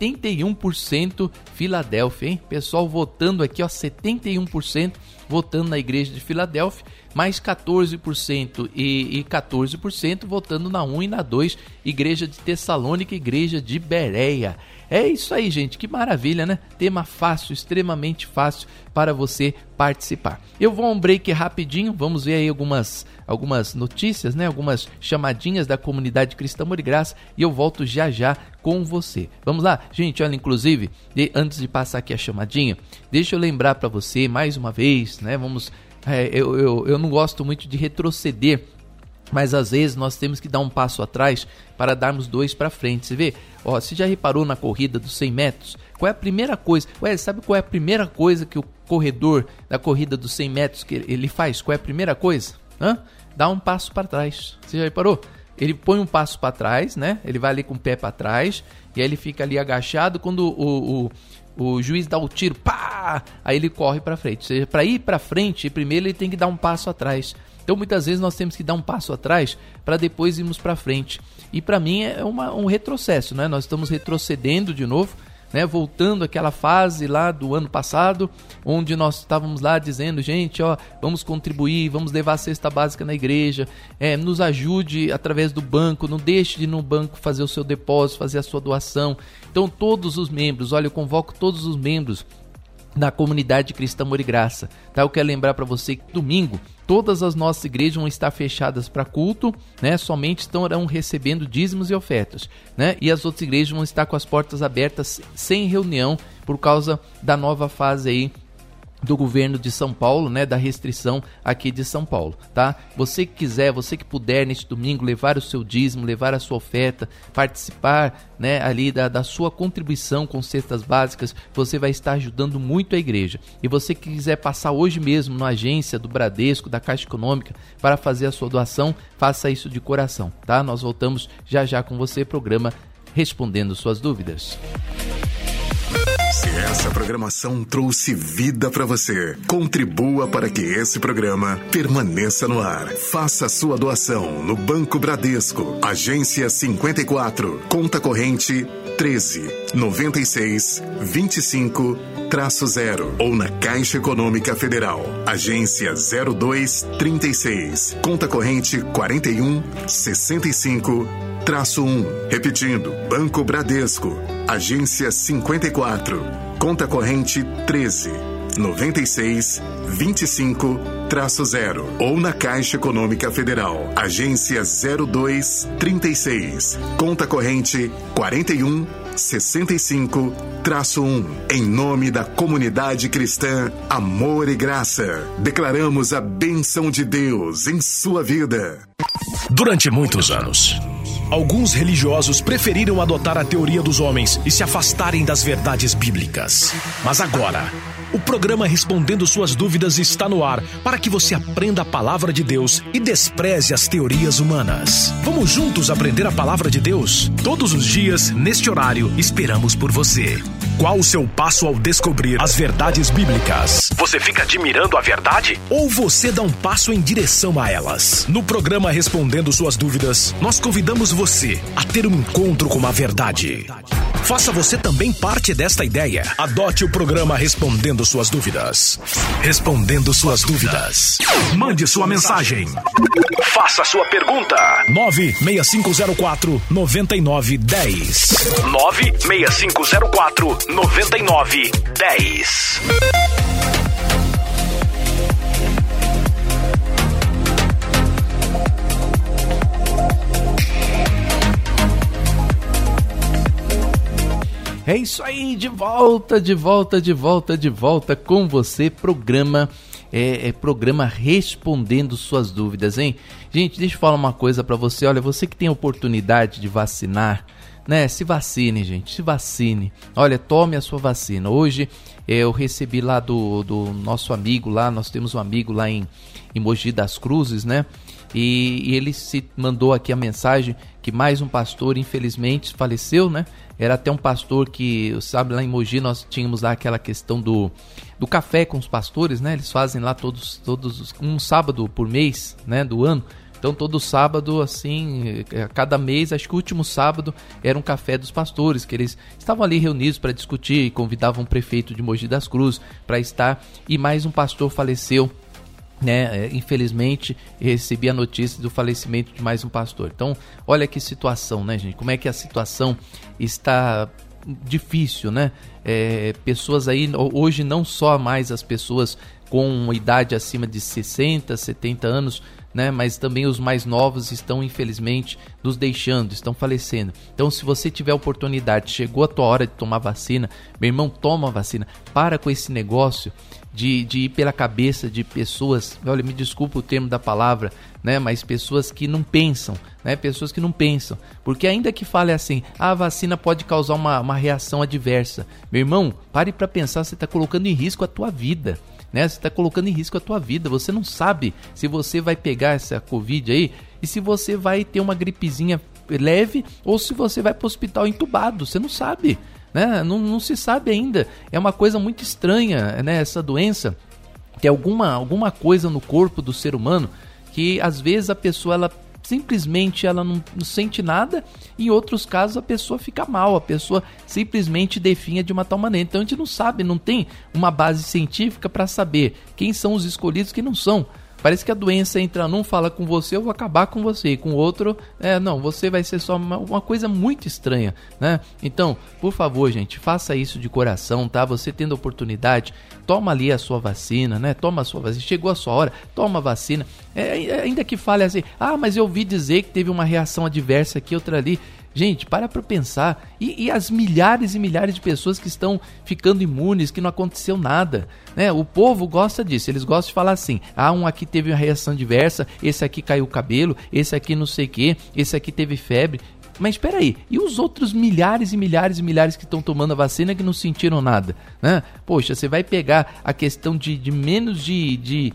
71% Filadélfia, hein? Pessoal votando aqui, ó, 71% votando na igreja de Filadélfia, mais 14% e 14% votando na 1 e na 2, igreja de Tessalônica e igreja de Bereia. É isso aí, gente, que maravilha, né? Tema fácil, extremamente fácil para você participar. Eu vou a um break rapidinho, vamos ver aí algumas notícias, né? Algumas chamadinhas da comunidade Cristã Amor e Graça e eu volto já com você. Vamos lá? Gente, olha, inclusive, antes de passar aqui a chamadinha, deixa eu lembrar para você mais uma vez, né? Eu não gosto muito de retroceder, mas às vezes nós temos que dar um passo atrás para darmos 2 para frente. Você vê? Ó, você já reparou na corrida dos 100 metros? Qual é a primeira coisa? Sabe qual é a primeira coisa que o corredor da corrida dos 100 metros que ele faz? Qual é a primeira coisa? Dá um passo para trás. Você já reparou? Ele põe um passo para trás, né? Ele vai ali com o pé para trás e aí ele fica ali agachado. Quando o juiz dá o tiro, pá! Aí ele corre para frente. Ou seja, para ir para frente, primeiro ele tem que dar um passo atrás. Então muitas vezes nós temos que dar um passo atrás para depois irmos para frente. E para mim é um retrocesso, né? Nós estamos retrocedendo de novo, né? Voltando àquela fase lá do ano passado, onde nós estávamos lá dizendo, gente, ó, vamos contribuir, vamos levar a cesta básica na igreja, nos ajude através do banco, não deixe de ir no banco fazer o seu depósito, fazer a sua doação. Então todos os membros, olha, eu convoco todos os membros na comunidade cristã Amor e Graça, tá? Eu quero lembrar para você que domingo todas as nossas igrejas vão estar fechadas para culto, né? Somente estarão recebendo dízimos e ofertas, né? E as outras igrejas vão estar com as portas abertas sem reunião por causa da nova fase aí do governo de São Paulo, né, da restrição aqui de São Paulo, tá? Você que quiser, você que puder neste domingo levar o seu dízimo, levar a sua oferta, participar, né, ali da sua contribuição com cestas básicas, você vai estar ajudando muito a igreja. E você que quiser passar hoje mesmo na agência do Bradesco, da Caixa Econômica, para fazer a sua doação, faça isso de coração, tá? Nós voltamos já já com você, programa Respondendo Suas Dúvidas. Se essa programação trouxe vida para você, contribua para que esse programa permaneça no ar. Faça a sua doação no Banco Bradesco, agência 54, conta corrente 13-96-25-0 ou na Caixa Econômica Federal, agência 0236, conta corrente 41-65-1. Repetindo, Banco Bradesco, agência 54, conta corrente 13-96-25-0 ou na Caixa Econômica Federal, agência 0236, conta corrente 41-65-1. Em nome da comunidade cristã Amor e Graça, declaramos a bênção de Deus em sua vida. Durante muitos anos, alguns religiosos preferiram adotar a teoria dos homens e se afastarem das verdades bíblicas. Mas agora, o programa Respondendo Suas Dúvidas está no ar para que você aprenda a palavra de Deus e despreze as teorias humanas. Vamos juntos aprender a palavra de Deus? Todos os dias, neste horário, esperamos por você. Qual o seu passo ao descobrir as verdades bíblicas? Você fica admirando a verdade? Ou você dá um passo em direção a elas? No programa Respondendo Suas Dúvidas, nós convidamos você a ter um encontro com a verdade. Faça você também parte desta ideia. Adote o programa Respondendo Suas Dúvidas. Respondendo Suas Dúvidas. Mande sua mensagem. Faça sua pergunta. 96504-9910. 96504-9910. É isso aí, de volta com você, programa Respondendo Suas Dúvidas, hein? Gente, deixa eu falar uma coisa pra você, olha, você que tem a oportunidade de vacinar, né, se vacine, gente, se vacine, olha, tome a sua vacina. Hoje eu recebi lá do nosso amigo lá, nós temos um amigo lá em Mogi das Cruzes, né? E ele se mandou aqui a mensagem que mais um pastor infelizmente faleceu, né? Era até um pastor que, sabe, lá em Mogi nós tínhamos lá aquela questão do café com os pastores, né? Eles fazem lá todos um sábado por mês, né, do ano. Então todo sábado, assim, cada mês, acho que o último sábado era um café dos pastores, que eles estavam ali reunidos para discutir e convidavam o prefeito de Mogi das Cruzes para estar. E mais um pastor faleceu, né? Infelizmente recebi a notícia do falecimento de mais um pastor. Então olha que situação, né, gente? Como é que a situação está difícil, né? Pessoas aí, hoje não só mais as pessoas com idade acima de 60, 70 anos, né? Mas também os mais novos estão infelizmente nos deixando, estão falecendo. Então se você tiver oportunidade, chegou a tua hora de tomar vacina, meu irmão, toma a vacina. Para com esse negócio de ir pela cabeça de pessoas, olha, me desculpa o termo da palavra, né, mas pessoas que não pensam, né, pessoas que não pensam, porque ainda que fale assim, a vacina pode causar uma reação adversa, meu irmão, pare para pensar, você está colocando em risco a tua vida, né, você está colocando em risco a tua vida, você não sabe se você vai pegar essa Covid aí, e se você vai ter uma gripezinha leve, ou se você vai para o hospital entubado, você não sabe, né? Não se sabe ainda, é uma coisa muito estranha, né? Essa doença tem alguma coisa no corpo do ser humano que às vezes a pessoa ela simplesmente ela não sente nada, e em outros casos a pessoa fica mal, a pessoa simplesmente definha de uma tal maneira. Então a gente não sabe, não tem uma base científica para saber quem são os escolhidos e quem não são. Parece que a doença entra num, fala com você, eu vou acabar com você, e com o outro, não, você vai ser só uma coisa muito estranha, né? Então, por favor, gente, faça isso de coração, tá? Você tendo oportunidade, toma ali a sua vacina, né? Toma a sua vacina, chegou a sua hora, toma a vacina. Ainda que fale assim, mas eu ouvi dizer que teve uma reação adversa aqui, outra ali. Gente, para pensar. E as milhares e milhares de pessoas que estão ficando imunes, que não aconteceu nada, né? O povo gosta disso, eles gostam de falar assim, um aqui teve uma reação adversa, esse aqui caiu o cabelo, esse aqui não sei o que, esse aqui teve febre. Mas espera aí, e os outros milhares e milhares e milhares que estão tomando a vacina que não sentiram nada, né? Poxa, você vai pegar a questão de menos de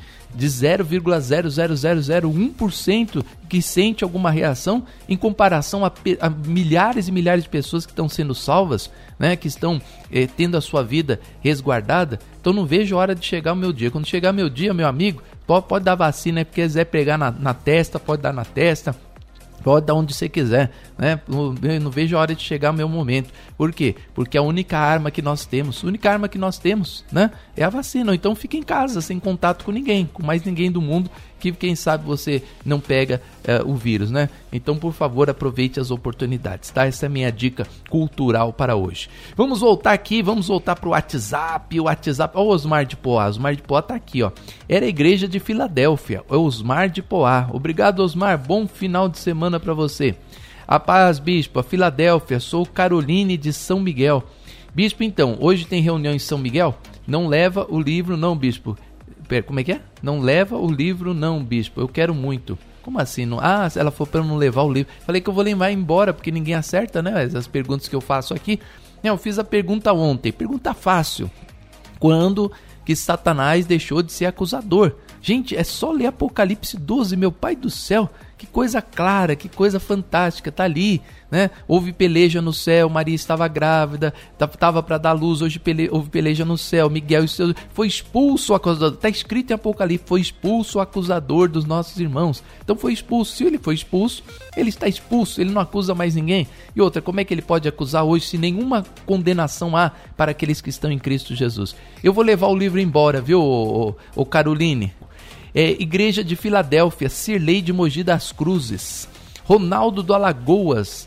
0,00001% que sente alguma reação em comparação a milhares e milhares de pessoas que estão sendo salvas, né? Que estão tendo a sua vida resguardada. Então não vejo a hora de chegar o meu dia. Quando chegar meu dia, meu amigo, pode dar vacina, porque quiser pegar na testa, pode dar na testa. Pode dar onde você quiser, né? Eu não vejo a hora de chegar o meu momento. Por quê? Porque a única arma que nós temos, né? É a vacina. Então fique em casa, sem contato com ninguém, com mais ninguém do mundo, que quem sabe você não pega o vírus, né? Então, por favor, aproveite as oportunidades, tá? Essa é a minha dica cultural para hoje. Vamos voltar aqui, vamos voltar para o WhatsApp. Ó, o Osmar de Poá. Osmar de Poá tá aqui, ó. Era a igreja de Filadélfia. É o Osmar de Poá. Obrigado, Osmar. Bom final de semana para você. A paz, bispo. A Filadélfia. Sou Caroline de São Miguel. Bispo, então, hoje tem reunião em São Miguel? Não leva o livro, não, bispo. Como é que é? Não leva o livro, não, bispo. Eu quero muito. Como assim? Não? Ela falou para eu não levar o livro. Falei que eu vou levar embora, porque ninguém acerta, né? As perguntas que eu faço aqui. Eu fiz a pergunta ontem. Pergunta fácil. Quando que Satanás deixou de ser acusador? Gente, é só ler Apocalipse 12, meu pai do céu. Que coisa clara, que coisa fantástica, tá ali, né? Houve peleja no céu, Maria estava grávida, estava para dar luz, hoje houve peleja no céu, Miguel e seus, foi expulso o acusador, está escrito em Apocalipse, foi expulso o acusador dos nossos irmãos. Então foi expulso, se ele foi expulso, ele está expulso, ele não acusa mais ninguém. E outra, como é que ele pode acusar hoje se nenhuma condenação há para aqueles que estão em Cristo Jesus? Eu vou levar o livro embora, viu, ô Caroline? Igreja de Filadélfia, Cirlei de Mogi das Cruzes, Ronaldo do Alagoas,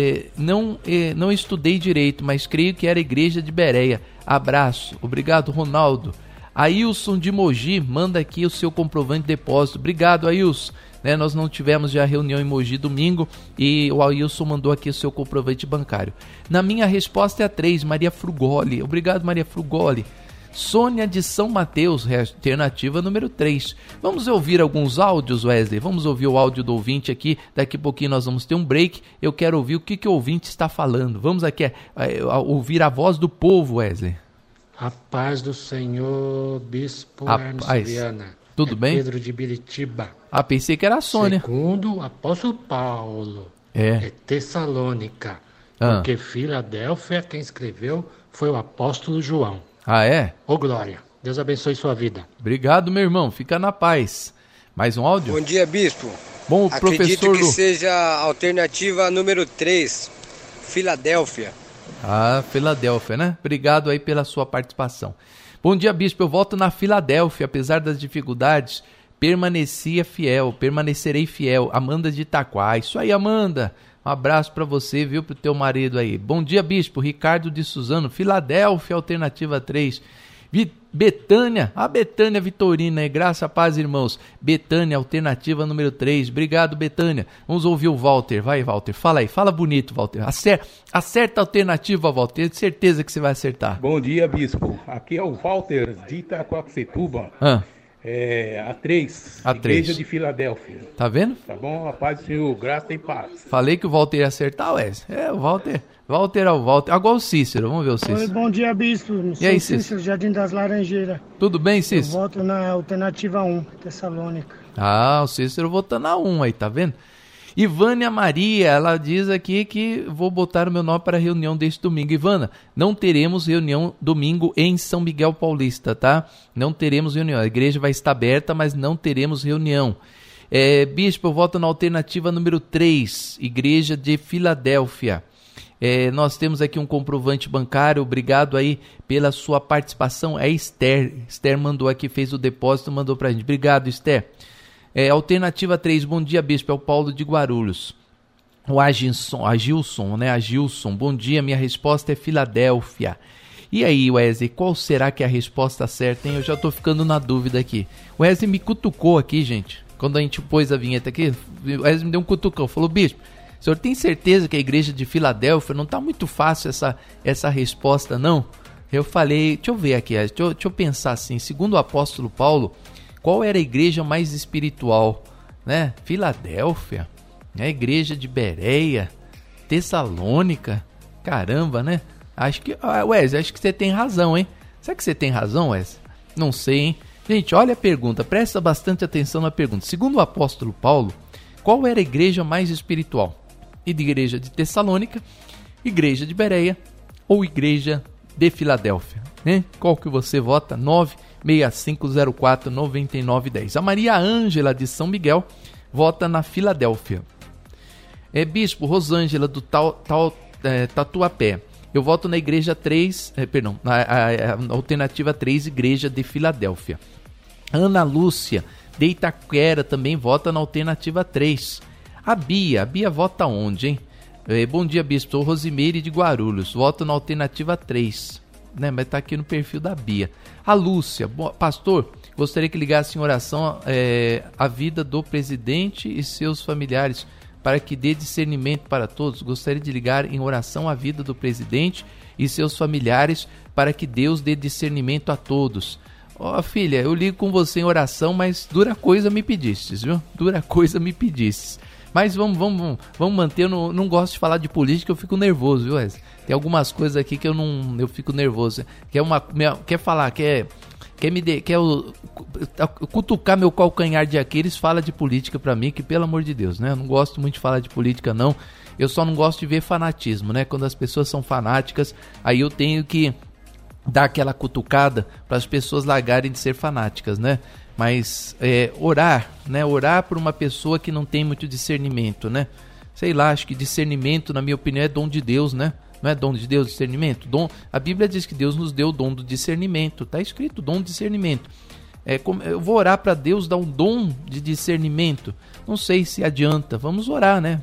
não estudei direito, mas creio que era Igreja de Bereia. Abraço, obrigado, Ronaldo. Ailson de Mogi, manda aqui o seu comprovante de depósito. Obrigado, Ailson. Nós não tivemos já reunião em Mogi domingo e o Ailson mandou aqui o seu comprovante bancário. Na minha resposta é a 3, Maria Frugoli. Obrigado, Maria Frugoli. Sônia de São Mateus, alternativa número 3. Vamos ouvir alguns áudios, Wesley? Vamos ouvir o áudio do ouvinte aqui. Daqui a pouquinho nós vamos ter um break. Eu quero ouvir o que o ouvinte está falando. Vamos aqui ouvir a voz do povo, Wesley. A paz do Senhor, Bispo Hermes Viana. Tudo bem? Pedro de Biritiba. Pensei que era a Sônia. Segundo o apóstolo Paulo, é Tessalônica. Porque Filadélfia, quem escreveu foi o apóstolo João. Ô glória, Deus abençoe sua vida. Obrigado, meu irmão, fica na paz. Mais um áudio? Bom dia, bispo. Bom, acredito professor que seja a alternativa número 3, Filadélfia. Filadélfia, né? Obrigado aí pela sua participação. Bom dia, bispo, eu volto na Filadélfia, apesar das dificuldades, permanecerei fiel. Amanda de Itaquá. Isso aí, Amanda. Um abraço para você, viu, pro teu marido aí. Bom dia, bispo. Ricardo de Suzano, Filadélfia, alternativa 3. Betânia, a Betânia Vitorina, graça, paz, irmãos. Betânia, alternativa número 3. Obrigado, Betânia. Vamos ouvir o Walter. Vai, Walter, fala aí, fala bonito, Walter. Acerta a alternativa, Walter, tenho certeza que você vai acertar. Bom dia, bispo. Aqui é o Walter de Itacoaxetuba. A 3, Igreja de Filadélfia. Tá vendo? Tá bom? A paz do Senhor, graça e paz. Falei que o Walter ia acertar, o Walter. Walter é o Walter. Agora o Cícero, vamos ver o Cícero. Oi, bom dia, bispo. E aí, Cícero? Jardim das Laranjeiras. Tudo bem, Cícero? Eu voto na alternativa 1, Tessalônica. O Cícero votando na 1 aí, tá vendo? Ivânia Maria, ela diz aqui que vou botar o meu nome para a reunião deste domingo. Ivana, não teremos reunião domingo em São Miguel Paulista, tá? Não teremos reunião. A igreja vai estar aberta, mas não teremos reunião. Bispo, eu voto na alternativa número 3, Igreja de Filadélfia. Nós temos aqui um comprovante bancário, obrigado aí pela sua participação. A Esther mandou aqui, fez o depósito, mandou pra gente. Obrigado, Esther. Alternativa 3, bom dia, bispo, é o Paulo de Guarulhos. O Agilson, bom dia, minha resposta é Filadélfia. E aí, Wesley, qual será que é a resposta certa, hein? Eu já tô ficando na dúvida aqui. O Wesley me cutucou aqui, gente, quando a gente pôs a vinheta aqui, o Wesley me deu um cutucão, falou, bispo, o senhor tem certeza que a igreja de Filadélfia não tá muito fácil essa resposta, não? Eu falei, deixa eu ver aqui, deixa eu pensar assim, segundo o apóstolo Paulo, qual era a igreja mais espiritual, né? Filadélfia, a igreja de Bereia, Tessalônica, caramba, né? Acho que, Wesley, acho que você tem razão, hein? Será que você tem razão, Wesley? Não sei, hein? Gente, olha a pergunta, presta bastante atenção na pergunta. Segundo o apóstolo Paulo, qual era a igreja mais espiritual? Igreja de Tessalônica, igreja de Bereia ou igreja de Filadélfia, né? Qual que você vota? 965049910. A Maria Ângela de São Miguel vota na Filadélfia. Bispo Rosângela do Tatuapé, eu voto na igreja 3, na alternativa 3, igreja de Filadélfia. Ana Lúcia de Itaquera também vota na alternativa 3. A Bia vota onde, hein? Bom dia, bispo. Sou Rosimeire de Guarulhos. Voto na alternativa 3. Né? Mas tá aqui no perfil da Bia. A Lúcia. Pastor, gostaria que ligasse em oração a vida do presidente e seus familiares para que dê discernimento para todos. Gostaria de ligar em oração a vida do presidente e seus familiares para que Deus dê discernimento a todos. Filha, eu ligo com você em oração, mas dura coisa me pedistes, viu? Dura coisa me pedistes. Mas vamos manter, eu não gosto de falar de política, eu fico nervoso, viu, Wesley? Tem algumas coisas aqui que eu fico nervoso. Quer cutucar meu calcanhar de Aquiles, fala de política pra mim, que pelo amor de Deus, né? Eu não gosto muito de falar de política, não. Eu só não gosto de ver fanatismo, né? Quando as pessoas são fanáticas, aí eu tenho que dar aquela cutucada para as pessoas largarem de ser fanáticas, né? Mas orar, né? Orar por uma pessoa que não tem muito discernimento, né? Sei lá, acho que discernimento, na minha opinião, é dom de Deus, né? Não é dom de Deus, discernimento? A Bíblia diz que Deus nos deu o dom do discernimento. Está escrito dom de discernimento. Eu vou orar para Deus dar um dom de discernimento. Não sei se adianta. Vamos orar, né?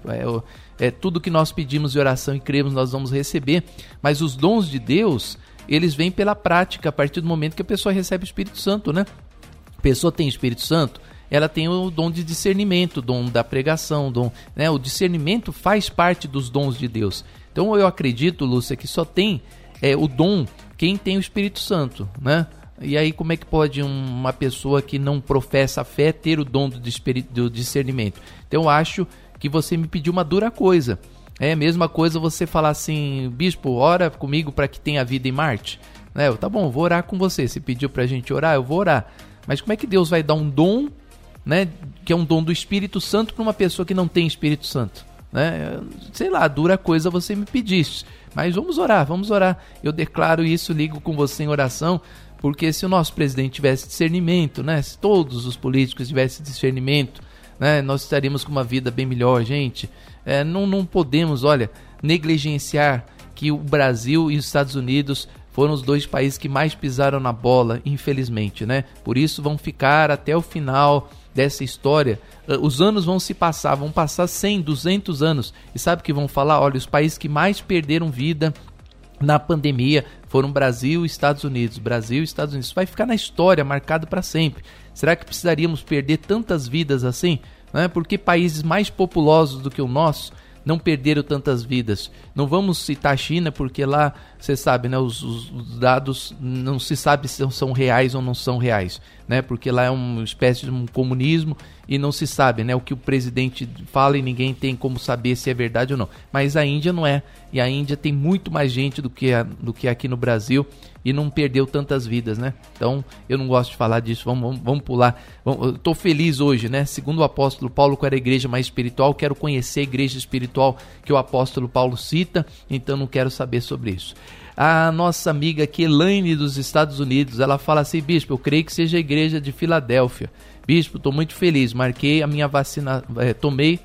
Tudo que nós pedimos de oração e cremos nós vamos receber. Mas os dons de Deus, eles vêm pela prática, a partir do momento que a pessoa recebe o Espírito Santo, né? A pessoa tem o Espírito Santo, ela tem o dom de discernimento, o dom da pregação, né? O discernimento faz parte dos dons de Deus. Então eu acredito, Lúcia, que só tem o dom quem tem o Espírito Santo, né? E aí como é que pode uma pessoa que não professa a fé ter o dom do discernimento? Então eu acho que você me pediu uma dura coisa. É a mesma coisa você falar assim, bispo, ora comigo para que tenha vida em Marte. Tá bom, vou orar com você. Você pediu pra gente orar, eu vou orar. Mas como é que Deus vai dar um dom, né, que é um dom do Espírito Santo para uma pessoa que não tem Espírito Santo? Né? Sei lá, dura coisa você me pediste. Mas vamos orar. Eu declaro isso, ligo com você em oração, porque se o nosso presidente tivesse discernimento, né, se todos os políticos tivessem discernimento, né, nós estaríamos com uma vida bem melhor, gente. Não podemos, negligenciar que o Brasil e os Estados Unidos foram os dois países que mais pisaram na bola, infelizmente, né? Por isso vão ficar até o final dessa história. Os anos vão passar 100, 200 anos. E sabe o que vão falar? Olha, os países que mais perderam vida na pandemia foram Brasil e Estados Unidos. Brasil e Estados Unidos. Isso vai ficar na história, marcado para sempre. Será que precisaríamos perder tantas vidas assim? Né? Por que países mais populosos do que o nosso não perderam tantas vidas? Não vamos citar a China, porque lá, você sabe, né, os dados não se sabe se são reais ou não são reais, né? Porque lá é uma espécie de um comunismo e não se sabe, né, o que o presidente fala e ninguém tem como saber se é verdade ou não. Mas a Índia não é, e a Índia tem muito mais gente do que aqui no Brasil e não perdeu tantas vidas, né? Então, eu não gosto de falar disso, vamos pular. Eu tô feliz hoje, né? Segundo o apóstolo Paulo, qual era a igreja mais espiritual, quero conhecer a igreja espiritual que o apóstolo Paulo cita, então não quero saber sobre isso. A nossa amiga aqui, Elaine, dos Estados Unidos, ela fala assim: bispo, eu creio que seja a igreja de Filadélfia. Bispo, estou muito feliz, marquei a minha vacina, tomei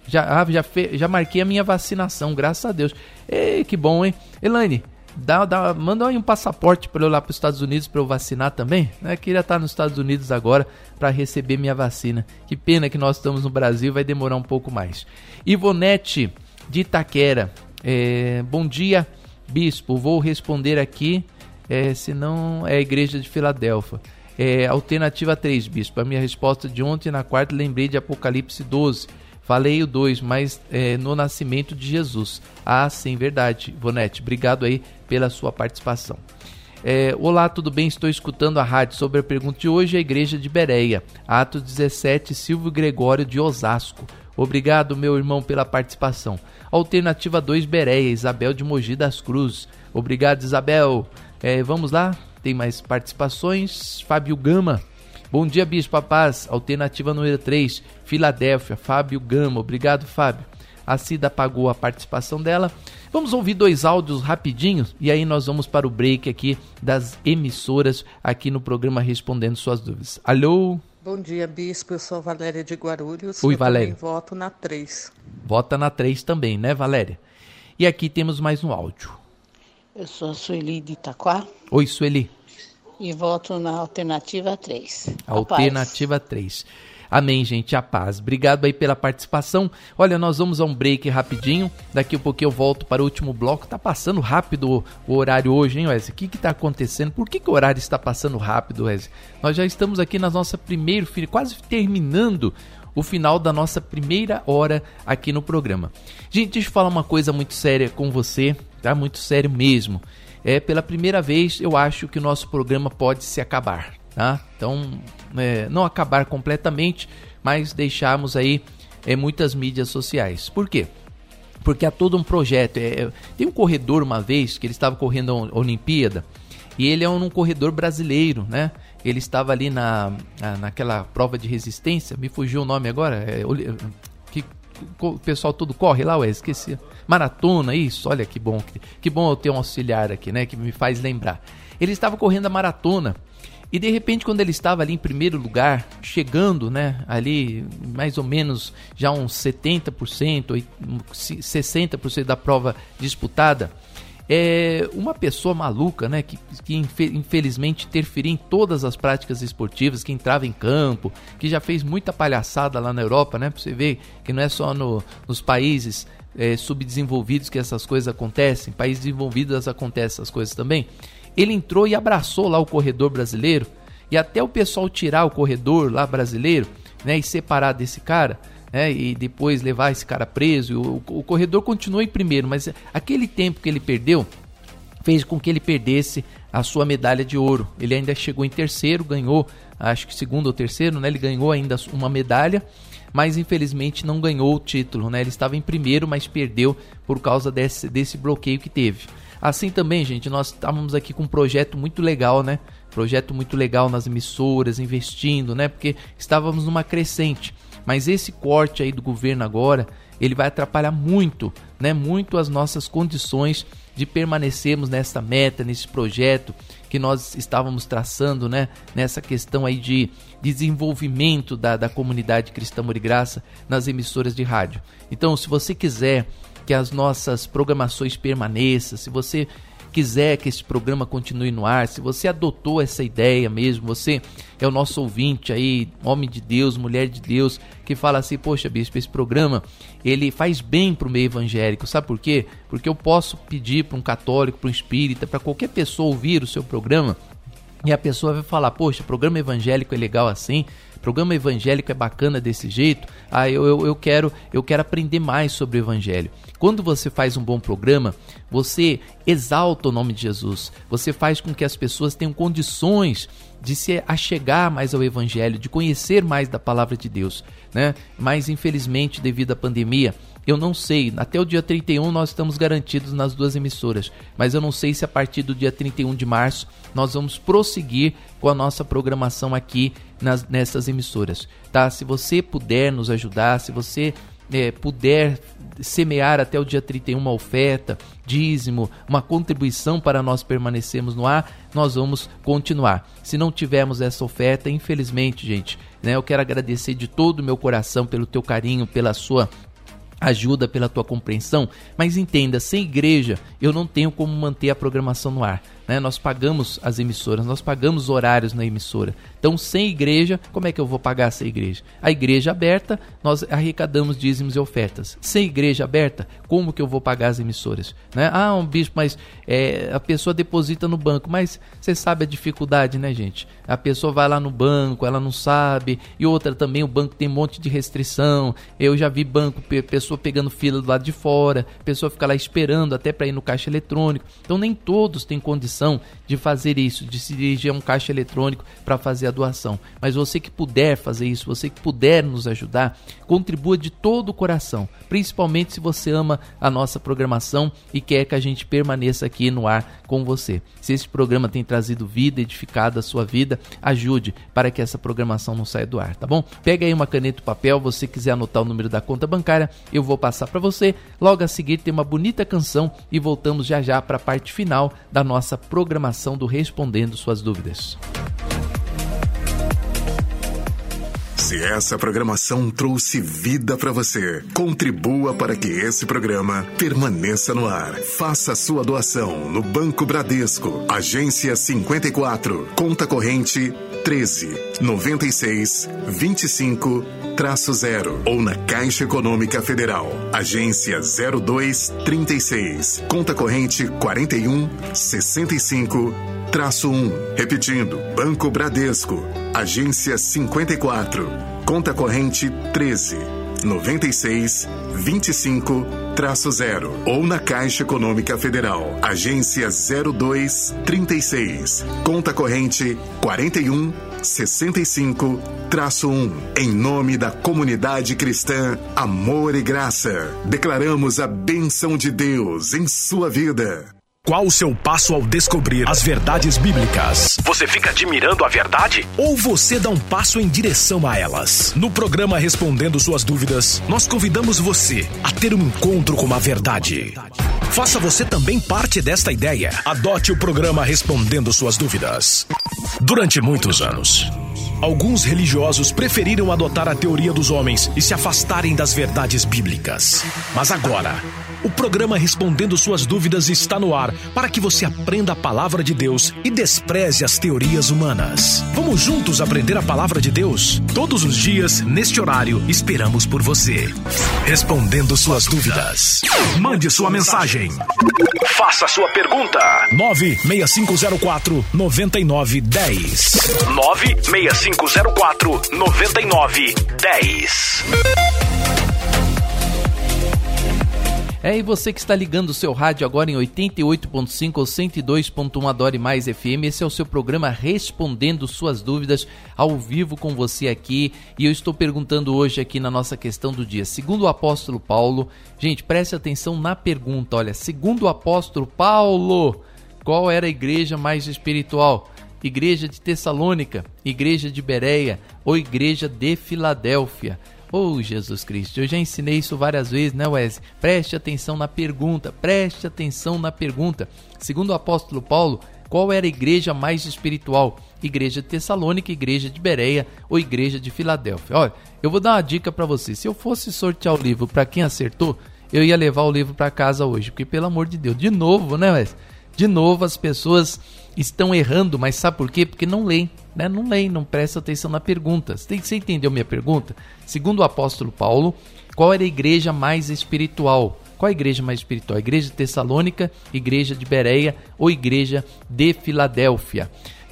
Já marquei a minha vacinação, graças a Deus. Ei, que bom, hein? Elaine, manda aí um passaporte para eu ir lá para os Estados Unidos para eu vacinar também. Queria estar nos Estados Unidos agora para receber minha vacina. Que pena que nós estamos no Brasil, vai demorar um pouco mais. Ivonete de Itaquera. Bom dia, bispo. Vou responder aqui, senão é a Igreja de Filadélfia. Alternativa 3, bispo. A minha resposta de ontem, na quarta, lembrei de Apocalipse 12. Falei o 2, mas no nascimento de Jesus. Ah, sim, verdade, Ivonete. Obrigado aí pela sua participação. Olá, tudo bem? Estou escutando a rádio sobre a pergunta de hoje, a Igreja de Bereia. Atos 17, Silvio Gregório de Osasco. Obrigado, meu irmão, pela participação. Alternativa 2, Bereia, Isabel de Mogi das Cruzes. Obrigado, Isabel. Vamos lá, tem mais participações. Fábio Gama. Bom dia, bispo, a paz. Alternativa número 3, Filadélfia, Fábio Gama. Obrigado, Fábio. A Cida pagou a participação dela. Vamos ouvir 2 áudios rapidinhos e aí nós vamos para o break aqui das emissoras aqui no programa Respondendo Suas Dúvidas. Alô? Bom dia, bispo. Eu sou a Valéria de Guarulhos. Oi, Valéria. Eu também voto na 3. Vota na 3 também, né, Valéria? E aqui temos mais um áudio. Eu sou a Sueli de Itaquá. Oi, Sueli. E voto na alternativa 3. Alternativa 3. Amém, gente, a paz. Obrigado aí pela participação. Olha, nós vamos a um break rapidinho. Daqui a pouquinho eu volto para o último bloco. Tá passando rápido o horário hoje, hein, Wesley? O que tá acontecendo? Por que o horário está passando rápido, Wesley? Nós já estamos aqui na nossa quase terminando o final da nossa primeira hora aqui no programa. Gente, deixa eu falar uma coisa muito séria com você, tá? Muito sério mesmo. Pela primeira vez, eu acho que o nosso programa pode se acabar, tá? Então, não acabar completamente, mas deixarmos aí muitas mídias sociais. Por quê? Porque há todo um projeto. Tem um corredor uma vez que ele estava correndo a Olimpíada e ele é um corredor brasileiro, né? Ele estava ali naquela prova de resistência, me fugiu o nome agora, que o pessoal todo corre lá, esqueci. Maratona, isso, olha que bom eu ter um auxiliar aqui, né, que me faz lembrar. Ele estava correndo a maratona e de repente quando ele estava ali em primeiro lugar, chegando, né, ali mais ou menos já uns 70%, 60% da prova disputada, uma pessoa maluca, né, que infelizmente interferia em todas as práticas esportivas, que entrava em campo, que já fez muita palhaçada lá na Europa, né, pra você ver que não é só nos países subdesenvolvidos que essas coisas acontecem, países desenvolvidos acontecem essas coisas também. Ele entrou e abraçou lá o corredor brasileiro, e até o pessoal tirar o corredor lá brasileiro, né, e separar desse cara, e depois levar esse cara preso, o corredor continuou em primeiro, mas aquele tempo que ele perdeu fez com que ele perdesse a sua medalha de ouro. Ele ainda chegou em terceiro, ganhou, acho que segundo ou terceiro, né? Ele ganhou ainda uma medalha, mas infelizmente não ganhou o título, né? Ele estava em primeiro, mas perdeu por causa desse bloqueio que teve. Assim também, gente, nós estávamos aqui com um projeto muito legal, né? Projeto muito legal nas emissoras, investindo, né? Porque estávamos numa crescente. Mas esse corte aí do governo agora, ele vai atrapalhar muito, né? Muito as nossas condições de permanecermos nessa meta, nesse projeto que nós estávamos traçando, né? Nessa questão aí de desenvolvimento da comunidade cristã Amor e Graça nas emissoras de rádio. Então, se você quiser que as nossas programações permaneçam, se você quiser que esse programa continue no ar, se você adotou essa ideia mesmo, você é o nosso ouvinte aí, homem de Deus, mulher de Deus, que fala assim, poxa, bispo, esse programa, ele faz bem pro meio evangélico, sabe por quê? Porque eu posso pedir para um católico, para um espírita, para qualquer pessoa ouvir o seu programa, e a pessoa vai falar, poxa, programa evangélico é legal assim, programa evangélico é bacana desse jeito, eu quero aprender mais sobre o evangelho. Quando você faz um bom programa, você exalta o nome de Jesus, você faz com que as pessoas tenham condições de se achegar mais ao evangelho, de conhecer mais da palavra de Deus, né? Mas infelizmente, devido à pandemia, eu não sei, até o dia 31 nós estamos garantidos nas duas emissoras, mas eu não sei se a partir do dia 31 de março nós vamos prosseguir com a nossa programação aqui nessas emissoras, tá? Se você puder nos ajudar, se você puder semear até o dia 31 uma oferta, dízimo, uma contribuição para nós permanecermos no ar, nós vamos continuar. Se não tivermos essa oferta, infelizmente, gente, né, eu quero agradecer de todo o meu coração pelo teu carinho, pela sua ajuda pela tua compreensão, mas entenda, sem igreja eu não tenho como manter a programação no ar, né? Nós pagamos as emissoras, nós pagamos horários na emissora, então sem igreja, como é que eu vou pagar essa igreja? A igreja aberta, nós arrecadamos dízimos e ofertas. Sem igreja aberta, como que eu vou pagar as emissoras, né? Um bispo, mas a pessoa deposita no banco, mas você sabe a dificuldade, né, gente? A pessoa vai lá no banco, ela não sabe, e outra também, o banco tem um monte de restrição. Eu já vi banco, pessoa pegando fila do lado de fora, pessoa fica lá esperando até para ir no caixa eletrônico. Então nem todos têm condição de fazer isso, de se dirigir a um caixa eletrônico para fazer a doação. Mas você que puder fazer isso, você que puder nos ajudar, contribua de todo o coração, principalmente se você ama a nossa programação e quer que a gente permaneça aqui no ar com você. Se esse programa tem trazido vida, edificado a sua vida, ajude para que essa programação não saia do ar, tá bom? Pega aí uma caneta e papel, você quiser anotar o número da conta bancária, eu vou passar para você. Logo a seguir tem uma bonita canção e voltamos já já para a parte final da nossa programação do Respondendo Suas Dúvidas. Se essa programação trouxe vida para você, contribua para que esse programa permaneça no ar. Faça sua doação no Banco Bradesco, agência 54, conta corrente 13-96-25-0 ou na Caixa Econômica Federal, agência 0236, conta corrente 41-65-1. Repetindo, Banco Bradesco, agência 54, conta corrente 13-96-25-0 ou na Caixa Econômica Federal, agência 0236, conta corrente 41-65-1. Em nome da comunidade cristã Amor e Graça, declaramos a bênção de Deus em sua vida. Qual o seu passo ao descobrir as verdades bíblicas? Você fica admirando a verdade? Ou você dá um passo em direção a elas? No programa Respondendo Suas Dúvidas, nós convidamos você a ter um encontro com a verdade. Faça você também parte desta ideia. Adote o programa Respondendo Suas Dúvidas. Durante muitos anos, alguns religiosos preferiram adotar a teoria dos homens e se afastarem das verdades bíblicas. Mas agora, o programa Respondendo Suas Dúvidas está no ar para que você aprenda a palavra de Deus e despreze as teorias humanas. Vamos juntos aprender a palavra de Deus? Todos os dias, neste horário, esperamos por você. Respondendo Suas Dúvidas. Mande sua mensagem. Faça sua pergunta. 96504-9910. 96504-9910. E você que está ligando o seu rádio agora em 88.5 ou 102.1 Adore Mais FM, esse é o seu programa Respondendo Suas Dúvidas, ao vivo com você aqui, e eu estou perguntando hoje aqui na nossa questão do dia, segundo o apóstolo Paulo, gente, preste atenção na pergunta, olha, segundo o apóstolo Paulo, qual era a igreja mais espiritual? Igreja de Tessalônica, igreja de Bereia ou igreja de Filadélfia? Oh, Jesus Cristo, eu já ensinei isso várias vezes, né, Wesley? Preste atenção na pergunta, preste atenção na pergunta. Segundo o apóstolo Paulo, qual era a igreja mais espiritual? Igreja de Tessalônica, igreja de Bereia ou igreja de Filadélfia? Olha, eu vou dar uma dica para você. Se eu fosse sortear o livro para quem acertou, eu ia levar o livro para casa hoje, porque pelo amor de Deus, de novo, né, Wesley? De novo as pessoas estão errando, mas sabe por quê? Porque não leem, né? Não leem, não prestam atenção na pergunta. Você entendeu minha pergunta? Segundo o apóstolo Paulo, qual era a igreja mais espiritual? Qual a igreja mais espiritual? A igreja de Tessalônica, igreja de Bereia ou igreja de Filadélfia?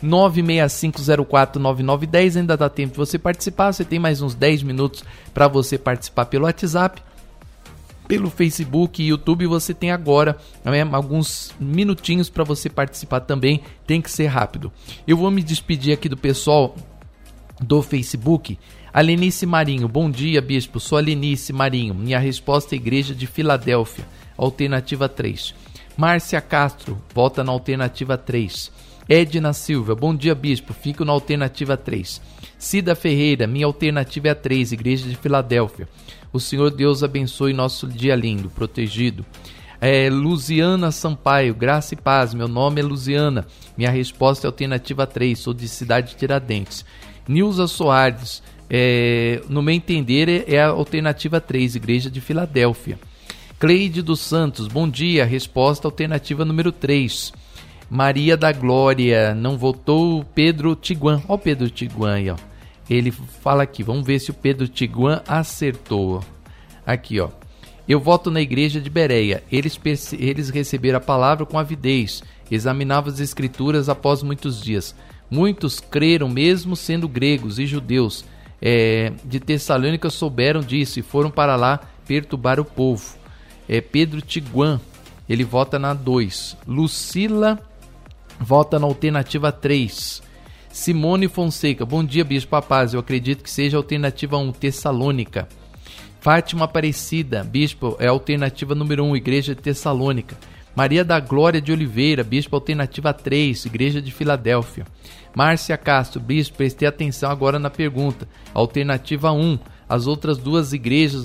965049910, ainda dá tempo de você participar, você tem mais uns 10 minutos para você participar pelo WhatsApp. Pelo Facebook e YouTube você tem agora alguns minutinhos para você participar também, tem que ser rápido. Eu vou me despedir aqui do pessoal do Facebook. A Lenice Marinho, bom dia bispo, sou a Lenice Marinho, minha resposta é igreja de Filadélfia, alternativa 3. Márcia Castro, volta na alternativa 3. Edna Silva, bom dia bispo, fico na alternativa 3. Cida Ferreira, minha alternativa é a 3, igreja de Filadélfia. O Senhor Deus abençoe nosso dia lindo, protegido. Luziana Sampaio, graça e paz, meu nome é Luziana, minha resposta é alternativa 3, sou de Cidade de Tiradentes. Nilza Soares, No meu entender, é a alternativa 3, Igreja de Filadélfia. Cleide dos Santos, bom dia. Resposta alternativa número 3. Maria da Glória, não votou. Pedro Tiguan, ó o Pedro Tiguan aí, ó. Ele fala aqui, vamos ver se o Pedro Tiguan acertou. Aqui, ó. Eu voto na igreja de Bereia. Eles receberam a palavra com avidez. Examinavam as escrituras após muitos dias. Muitos creram, mesmo sendo gregos e judeus. De Tessalônica souberam disso e foram para lá perturbar o povo. Pedro Tiguan, ele vota na 2. Lucila vota na alternativa 3. Simone Fonseca, bom dia, Bispo Papaz. Eu acredito que seja a alternativa 1, Tessalônica. Fátima Aparecida, Bispo, é a alternativa número 1, Igreja de Tessalônica. Maria da Glória de Oliveira, Bispo, alternativa 3, Igreja de Filadélfia. Márcia Castro, Bispo, prestei atenção agora na pergunta. Alternativa 1, as outras duas igrejas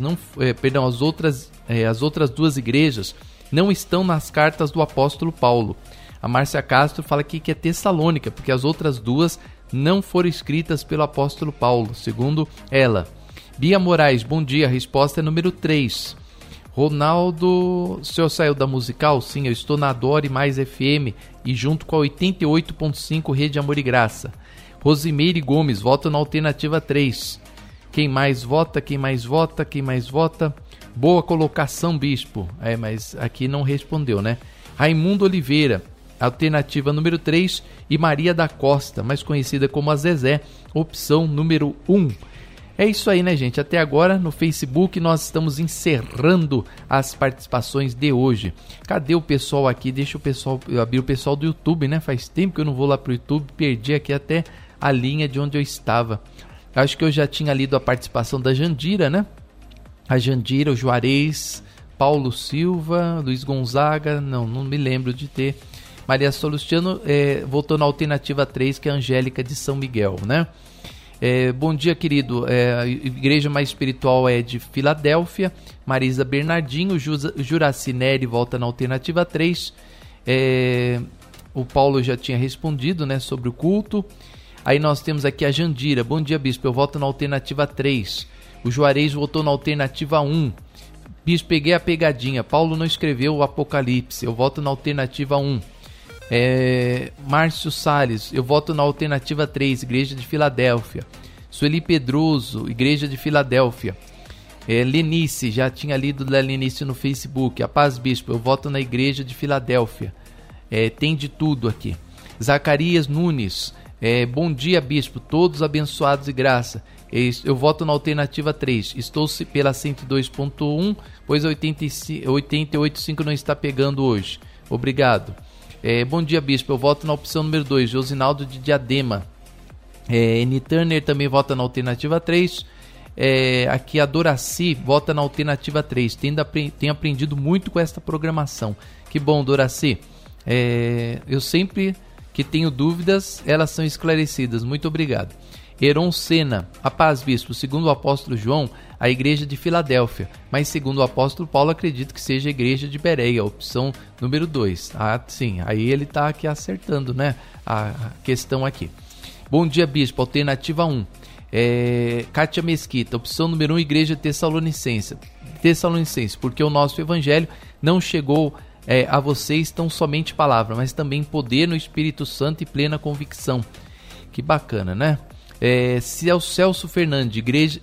as outras duas igrejas não estão nas cartas do apóstolo Paulo. A Márcia Castro fala aqui que é Tessalônica, porque as outras duas não foram escritas pelo apóstolo Paulo, segundo ela. Bia Moraes, bom dia, a resposta é número 3. Ronaldo, o senhor saiu da musical? Sim, eu estou na Adore Mais FM e junto com a 88.5 Rede Amor e Graça. Rosimeire Gomes, voto na alternativa 3. Quem mais vota? Boa colocação, Bispo. Mas aqui não respondeu, né? Raimundo Oliveira, alternativa número 3. E Maria da Costa, mais conhecida como a Zezé, opção número 1. É isso aí, né, gente? Até agora no Facebook nós estamos encerrando as participações de hoje. Cadê o pessoal aqui? Eu abri o pessoal do YouTube, né? Faz tempo que eu não vou lá pro YouTube, perdi aqui até a linha de onde eu estava. Acho que eu já tinha lido a participação da Jandira, né? A Jandira, o Juarez, Paulo Silva, Luiz Gonzaga, não me lembro de ter. Maria Solustiano voltou na alternativa 3, que é a Angélica de São Miguel, né? Bom dia, querido. A igreja mais espiritual é de Filadélfia. Marisa Bernardinho, Juraci Neri volta na alternativa 3. O Paulo já tinha respondido, né, sobre o culto. Aí nós temos aqui a Jandira. Bom dia, Bispo. Eu voto na alternativa 3. O Juarez votou na alternativa 1. Bispo, peguei a pegadinha. Paulo não escreveu o Apocalipse. Eu voto na alternativa 1. Márcio Salles, eu voto na alternativa 3, Igreja de Filadélfia. Sueli Pedroso, Igreja de Filadélfia. Lenice, já tinha lido da Lenice no Facebook. A Paz, Bispo, eu voto na Igreja de Filadélfia. Tem de tudo aqui. Zacarias Nunes, bom dia, Bispo, todos abençoados e graça. Eu voto na alternativa 3. Estou pela 102.1, pois a 88.5 não está pegando hoje. Obrigado. Bom dia, Bispo. Eu voto na opção número 2, Josinaldo de Diadema. N. Turner também vota na alternativa 3. Aqui a Doraci vota na alternativa 3. Tem aprendido muito com esta programação. Que bom, Doraci. Eu sempre que tenho dúvidas, elas são esclarecidas. Muito obrigado. Heron Sena, a paz, Bispo. Segundo o apóstolo João, a igreja de Filadélfia, mas segundo o apóstolo Paulo, acredito que seja a igreja de Bereia, opção número 2. Sim, aí ele está aqui acertando, né, a questão aqui. Bom dia, Bispo, alternativa 1. Kátia Mesquita, opção número 1, igreja Tessalonicense, porque o nosso evangelho não chegou a vocês tão somente palavra, mas também poder no Espírito Santo e plena convicção. Que bacana, né? Celso Fernandes,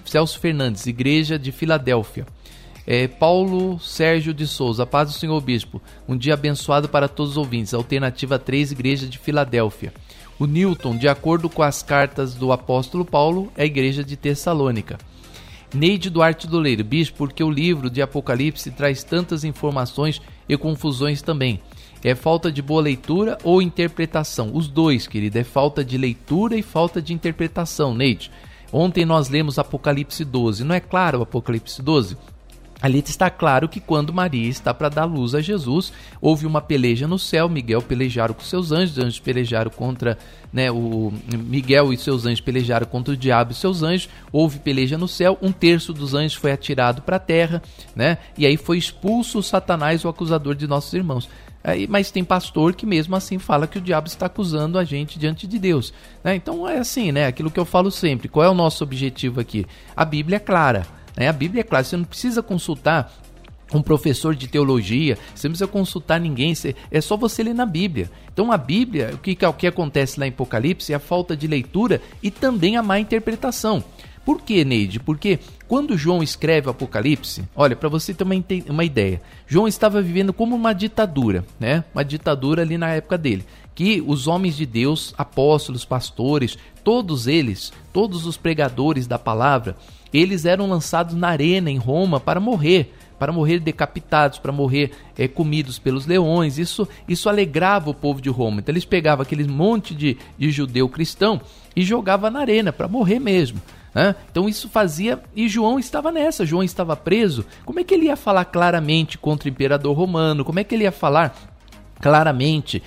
igreja de Filadélfia. Paulo Sérgio de Souza, paz do Senhor Bispo, um dia abençoado para todos os ouvintes. Alternativa 3, igreja de Filadélfia. O Newton, de acordo com as cartas do apóstolo Paulo, é a igreja de Tessalônica. Neide Duarte Doleiro, Bispo, porque o livro de Apocalipse traz tantas informações e confusões também. É falta de boa leitura ou interpretação? Os dois, querido. É falta de leitura e falta de interpretação, Neide. Ontem nós lemos Apocalipse 12. Não é claro o Apocalipse 12? Ali está claro que quando Maria está para dar luz a Jesus, houve uma peleja no céu. Miguel pelejaram com seus anjos, os anjos pelejaram contra, Miguel e seus anjos pelejaram contra o diabo e seus anjos. Houve peleja no céu, 1/3 dos anjos foi atirado para a terra, né? E aí foi expulso o Satanás, o acusador de nossos irmãos. Mas tem pastor que mesmo assim fala que o diabo está acusando a gente diante de Deus, né? Então é assim, né? Aquilo que eu falo sempre, qual é o nosso objetivo aqui? A Bíblia é clara, né? A Bíblia é clara, você não precisa consultar um professor de teologia, você não precisa consultar ninguém, é só você ler na Bíblia. Então a Bíblia, o que acontece lá em Apocalipse é a falta de leitura e também a má interpretação. Por quê, Neide? Porque quando João escreve o Apocalipse, olha, para você ter uma ideia, João estava vivendo como uma ditadura, né? Uma ditadura ali na época dele, que os homens de Deus, apóstolos, pastores, todos eles, todos os pregadores da palavra, eles eram lançados na arena em Roma para morrer decapitados, para morrer comidos pelos leões. Isso alegrava o povo de Roma. Então eles pegavam aquele monte de judeu cristão e jogavam na arena para morrer mesmo. Então isso fazia, e João estava nessa, João estava preso. Como é que ele ia falar claramente contra o imperador romano? Como é que ele ia falar claramente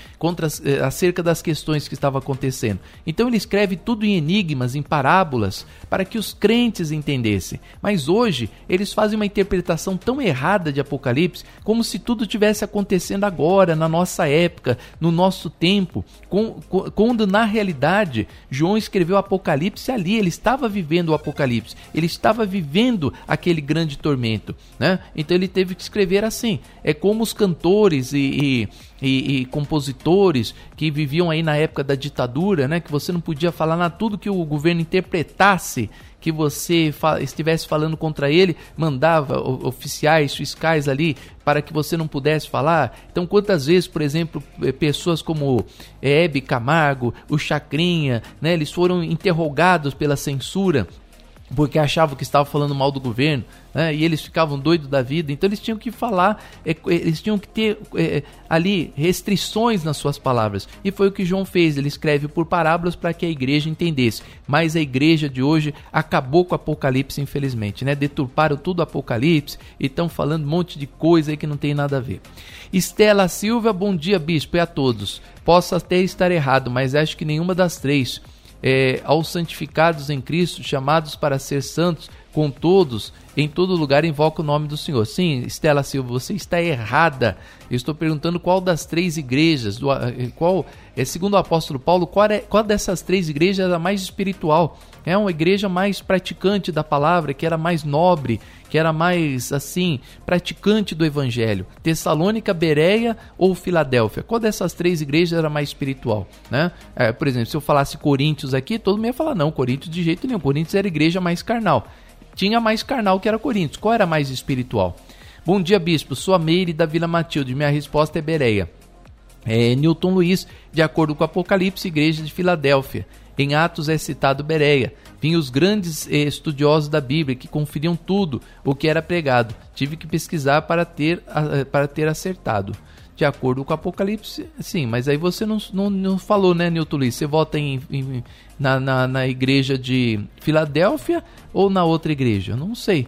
acerca das questões que estavam acontecendo? Então ele escreve tudo em enigmas, em parábolas, para que os crentes entendessem. Mas hoje eles fazem uma interpretação tão errada de Apocalipse, como se tudo estivesse acontecendo agora, na nossa época, no nosso tempo, quando na realidade João escreveu Apocalipse ali, ele estava vivendo o Apocalipse, ele estava vivendo aquele grande tormento, né? Então ele teve que escrever assim. É como os cantores e compositores que viviam aí na época da ditadura, né, que você não podia falar nada, tudo que o governo interpretasse que você estivesse falando contra ele, mandava oficiais, fiscais ali para que você não pudesse falar. Então quantas vezes, por exemplo, pessoas como Hebe Camargo, o Chacrinha, né, eles foram interrogados pela censura porque achavam que estavam falando mal do governo, né? E eles ficavam doidos da vida. Então eles tinham que falar, eles tinham que ter ali restrições nas suas palavras. E foi o que João fez, ele escreve por parábolas para que a igreja entendesse. Mas a igreja de hoje acabou com o Apocalipse, infelizmente, né? Deturparam tudo o Apocalipse e estão falando um monte de coisa aí que não tem nada a ver. Estela Silva, bom dia, bispo, e a todos. Posso até estar errado, mas acho que nenhuma das três. Aos santificados em Cristo, chamados para ser santos, com todos, em todo lugar invoca o nome do Senhor. Sim, Estela Silva, você está errada. Eu estou perguntando qual das três igrejas, segundo o apóstolo Paulo, qual dessas três igrejas era a mais espiritual? É uma igreja mais praticante da palavra, que era mais nobre, que era mais, assim, praticante do evangelho. Tessalônica, Bereia ou Filadélfia? Qual dessas três igrejas era mais espiritual, né? Por exemplo, se eu falasse Coríntios aqui, todo mundo ia falar, não, Coríntios de jeito nenhum. Coríntios era a igreja mais carnal. Tinha mais carnal que era Coríntios. Qual era mais espiritual? Bom dia, bispo. Sou a Meire da Vila Matilde. Minha resposta é Bereia. Newton Luiz, de acordo com o Apocalipse, igreja de Filadélfia. Em Atos é citado Bereia. Vinham os grandes estudiosos da Bíblia que conferiam tudo o que era pregado. Tive que pesquisar para ter acertado. De acordo com o Apocalipse, sim, mas aí você não falou, né, Newton Luiz? Você vota na igreja de Filadélfia ou na outra igreja? Eu não sei.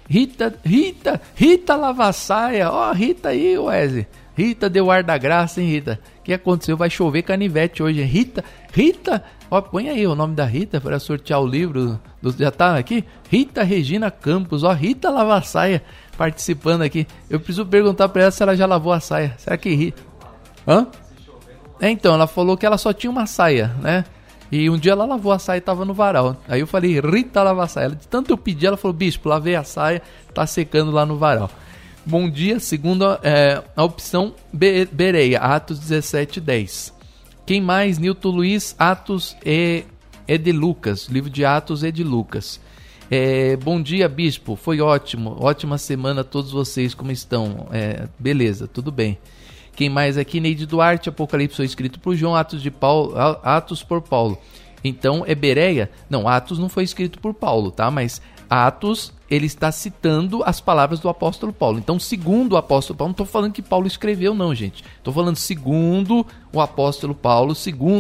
Rita Lavassaia. Ó, Rita aí, Wesley. Rita deu ar da graça, hein, Rita? O que aconteceu? Vai chover canivete hoje. Rita, ó, põe aí o nome da Rita para sortear o livro. Já tá aqui? Rita Regina Campos, ó, Rita Lavassaia participando aqui. Eu preciso perguntar para ela se ela já lavou a saia. Será que Rita? Hã? Então, ela falou que ela só tinha uma saia, né? E um dia ela lavou a saia e estava no varal. Aí eu falei, Rita lava a saia. De tanto eu pedi, ela falou, bispo, lavei a saia, tá secando lá no varal. Bom dia, segundo a opção Bereia, Atos 17:10. Quem mais? Newton Luiz, Atos é de Lucas, livro de Atos é de Lucas. Bom dia, bispo, foi ótimo, ótima semana a todos vocês, como estão? Beleza, tudo bem. Quem mais aqui? Neide Duarte, Apocalipse foi escrito por João, Atos por Paulo. Então é Bereia? Não, Atos não foi escrito por Paulo, tá? Mas Atos, ele está citando as palavras do apóstolo Paulo. Então, segundo o apóstolo Paulo, não estou falando que Paulo escreveu, não, gente. Estou falando segundo o apóstolo Paulo,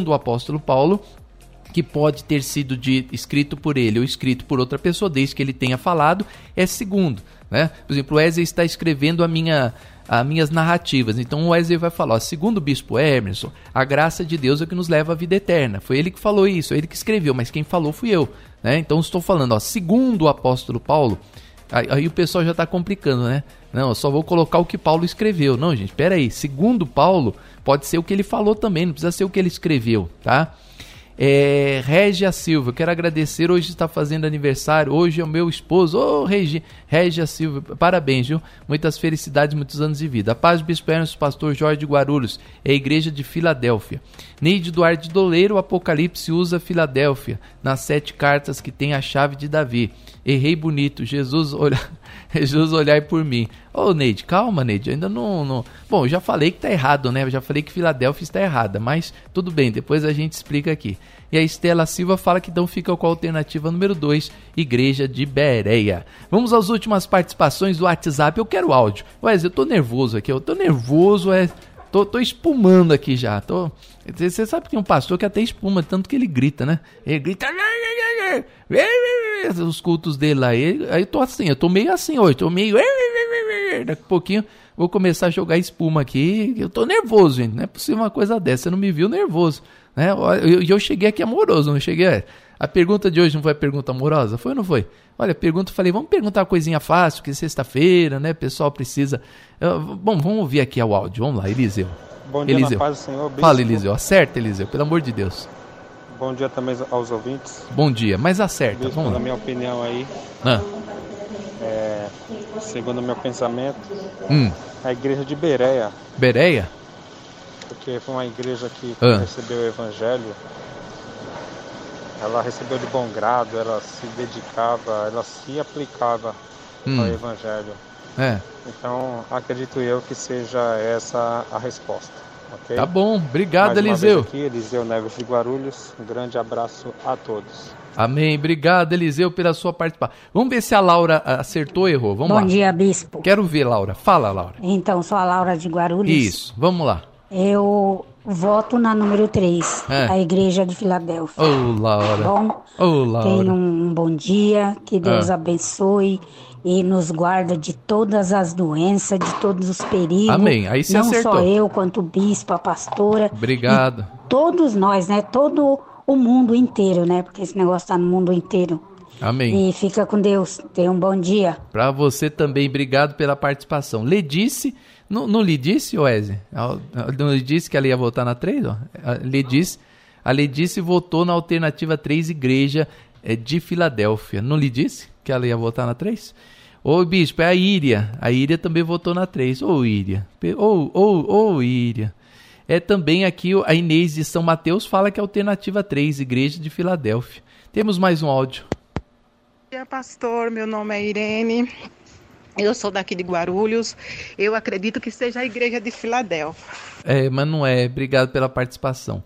que pode ter sido escrito por ele ou escrito por outra pessoa, desde que ele tenha falado, é segundo, né? Por exemplo, o Wesley está escrevendo as minhas narrativas. Então o Wesley vai falar, segundo o bispo Emerson, a graça de Deus é que nos leva à vida eterna. Foi ele que falou isso, ele que escreveu, mas quem falou fui eu, né? Então estou falando, segundo o apóstolo Paulo, aí o pessoal já está complicando, né? Não, eu só vou colocar o que Paulo escreveu. Não, gente, peraí. Segundo Paulo, pode ser o que ele falou também, não precisa ser o que ele escreveu, tá? Régia Silva, eu quero agradecer, hoje está fazendo aniversário, hoje é o meu esposo, Régia Silva, parabéns, viu? Muitas felicidades, muitos anos de vida. A paz do Bispo Emerson, pastor Jorge de Guarulhos, é a igreja de Filadélfia. Neide Duarte Doleiro, o Apocalipse usa Filadélfia, nas 7 cartas que tem a chave de Davi. Errei bonito, Jesus olhai por mim. Ô Neide, calma Neide, ainda não... Bom, eu já falei que tá errado, né? Eu já falei que Filadélfia está errada, mas tudo bem, depois a gente explica aqui. E a Estela Silva fala que então fica com a alternativa número 2, Igreja de Bereia. Vamos às últimas participações do WhatsApp, eu quero áudio. Wesley, eu tô nervoso aqui, tô espumando aqui já, Você sabe que tem um pastor que até espuma, tanto que ele grita, né? Ele grita... Os cultos dele lá, aí eu tô meio assim hoje, daqui a pouquinho vou começar a jogar espuma aqui, eu tô nervoso, gente, não é possível uma coisa dessa, você não me viu nervoso, né? Eu cheguei aqui amoroso, não cheguei, a pergunta de hoje não foi pergunta amorosa, foi ou não foi? Olha, falei, vamos perguntar uma coisinha fácil, que é sexta-feira, né, o pessoal precisa, bom, vamos ouvir aqui o áudio, vamos lá, Eliseu. Bom dia, Eliseu. Na paz do Senhor, bispo. Fala, Eliseu, acerta, Eliseu, pelo amor de Deus. Bom dia também aos ouvintes. Bom dia, mas acerta, bispo, vamos lá. Na minha opinião aí, segundo o meu pensamento, a igreja de Bereia. Bereia? Porque foi uma igreja que recebeu o evangelho, ela recebeu de bom grado, ela se dedicava, ela se aplicava ao evangelho. Então, acredito eu que seja essa a resposta. Okay? Tá bom, obrigado, mais Eliseu. Aqui, Eliseu Neves de Guarulhos, um grande abraço a todos. Amém, obrigado, Eliseu, pela sua participação. Vamos ver se a Laura acertou ou errou, vamos lá. Bom dia, bispo. Quero ver, Laura, fala, Laura. Então, sou a Laura de Guarulhos. Isso, vamos lá. Eu voto na número 3, a igreja de Filadélfia. Ô, Laura. Bom, Laura. Tenha um bom dia, que Deus abençoe e nos guarda de todas as doenças, de todos os perigos. Amém, aí você acertou. Não só eu, quanto o bispo, a pastora. Obrigado. Todos nós, né, todo o mundo inteiro, né, porque esse negócio tá no mundo inteiro. Amém. E fica com Deus, tenha um bom dia. Pra você também, obrigado pela participação. Ledice, não lhe disse, Wesley? Não lhe disse que ela ia votar na 3? Ó? A Ledice votou na alternativa 3, Igreja de Filadélfia. Não lhe disse que ela ia votar na 3? Ô, bispo, é a Íria. A Íria também votou na 3. Ô, Íria. Íria. É também aqui a Inês de São Mateus fala que é a alternativa 3, Igreja de Filadélfia. Temos mais um áudio. Bom dia, pastor. Meu nome é Irene. Eu sou daqui de Guarulhos. Eu acredito que seja a Igreja de Filadélfia. Mas não é. Obrigado pela participação.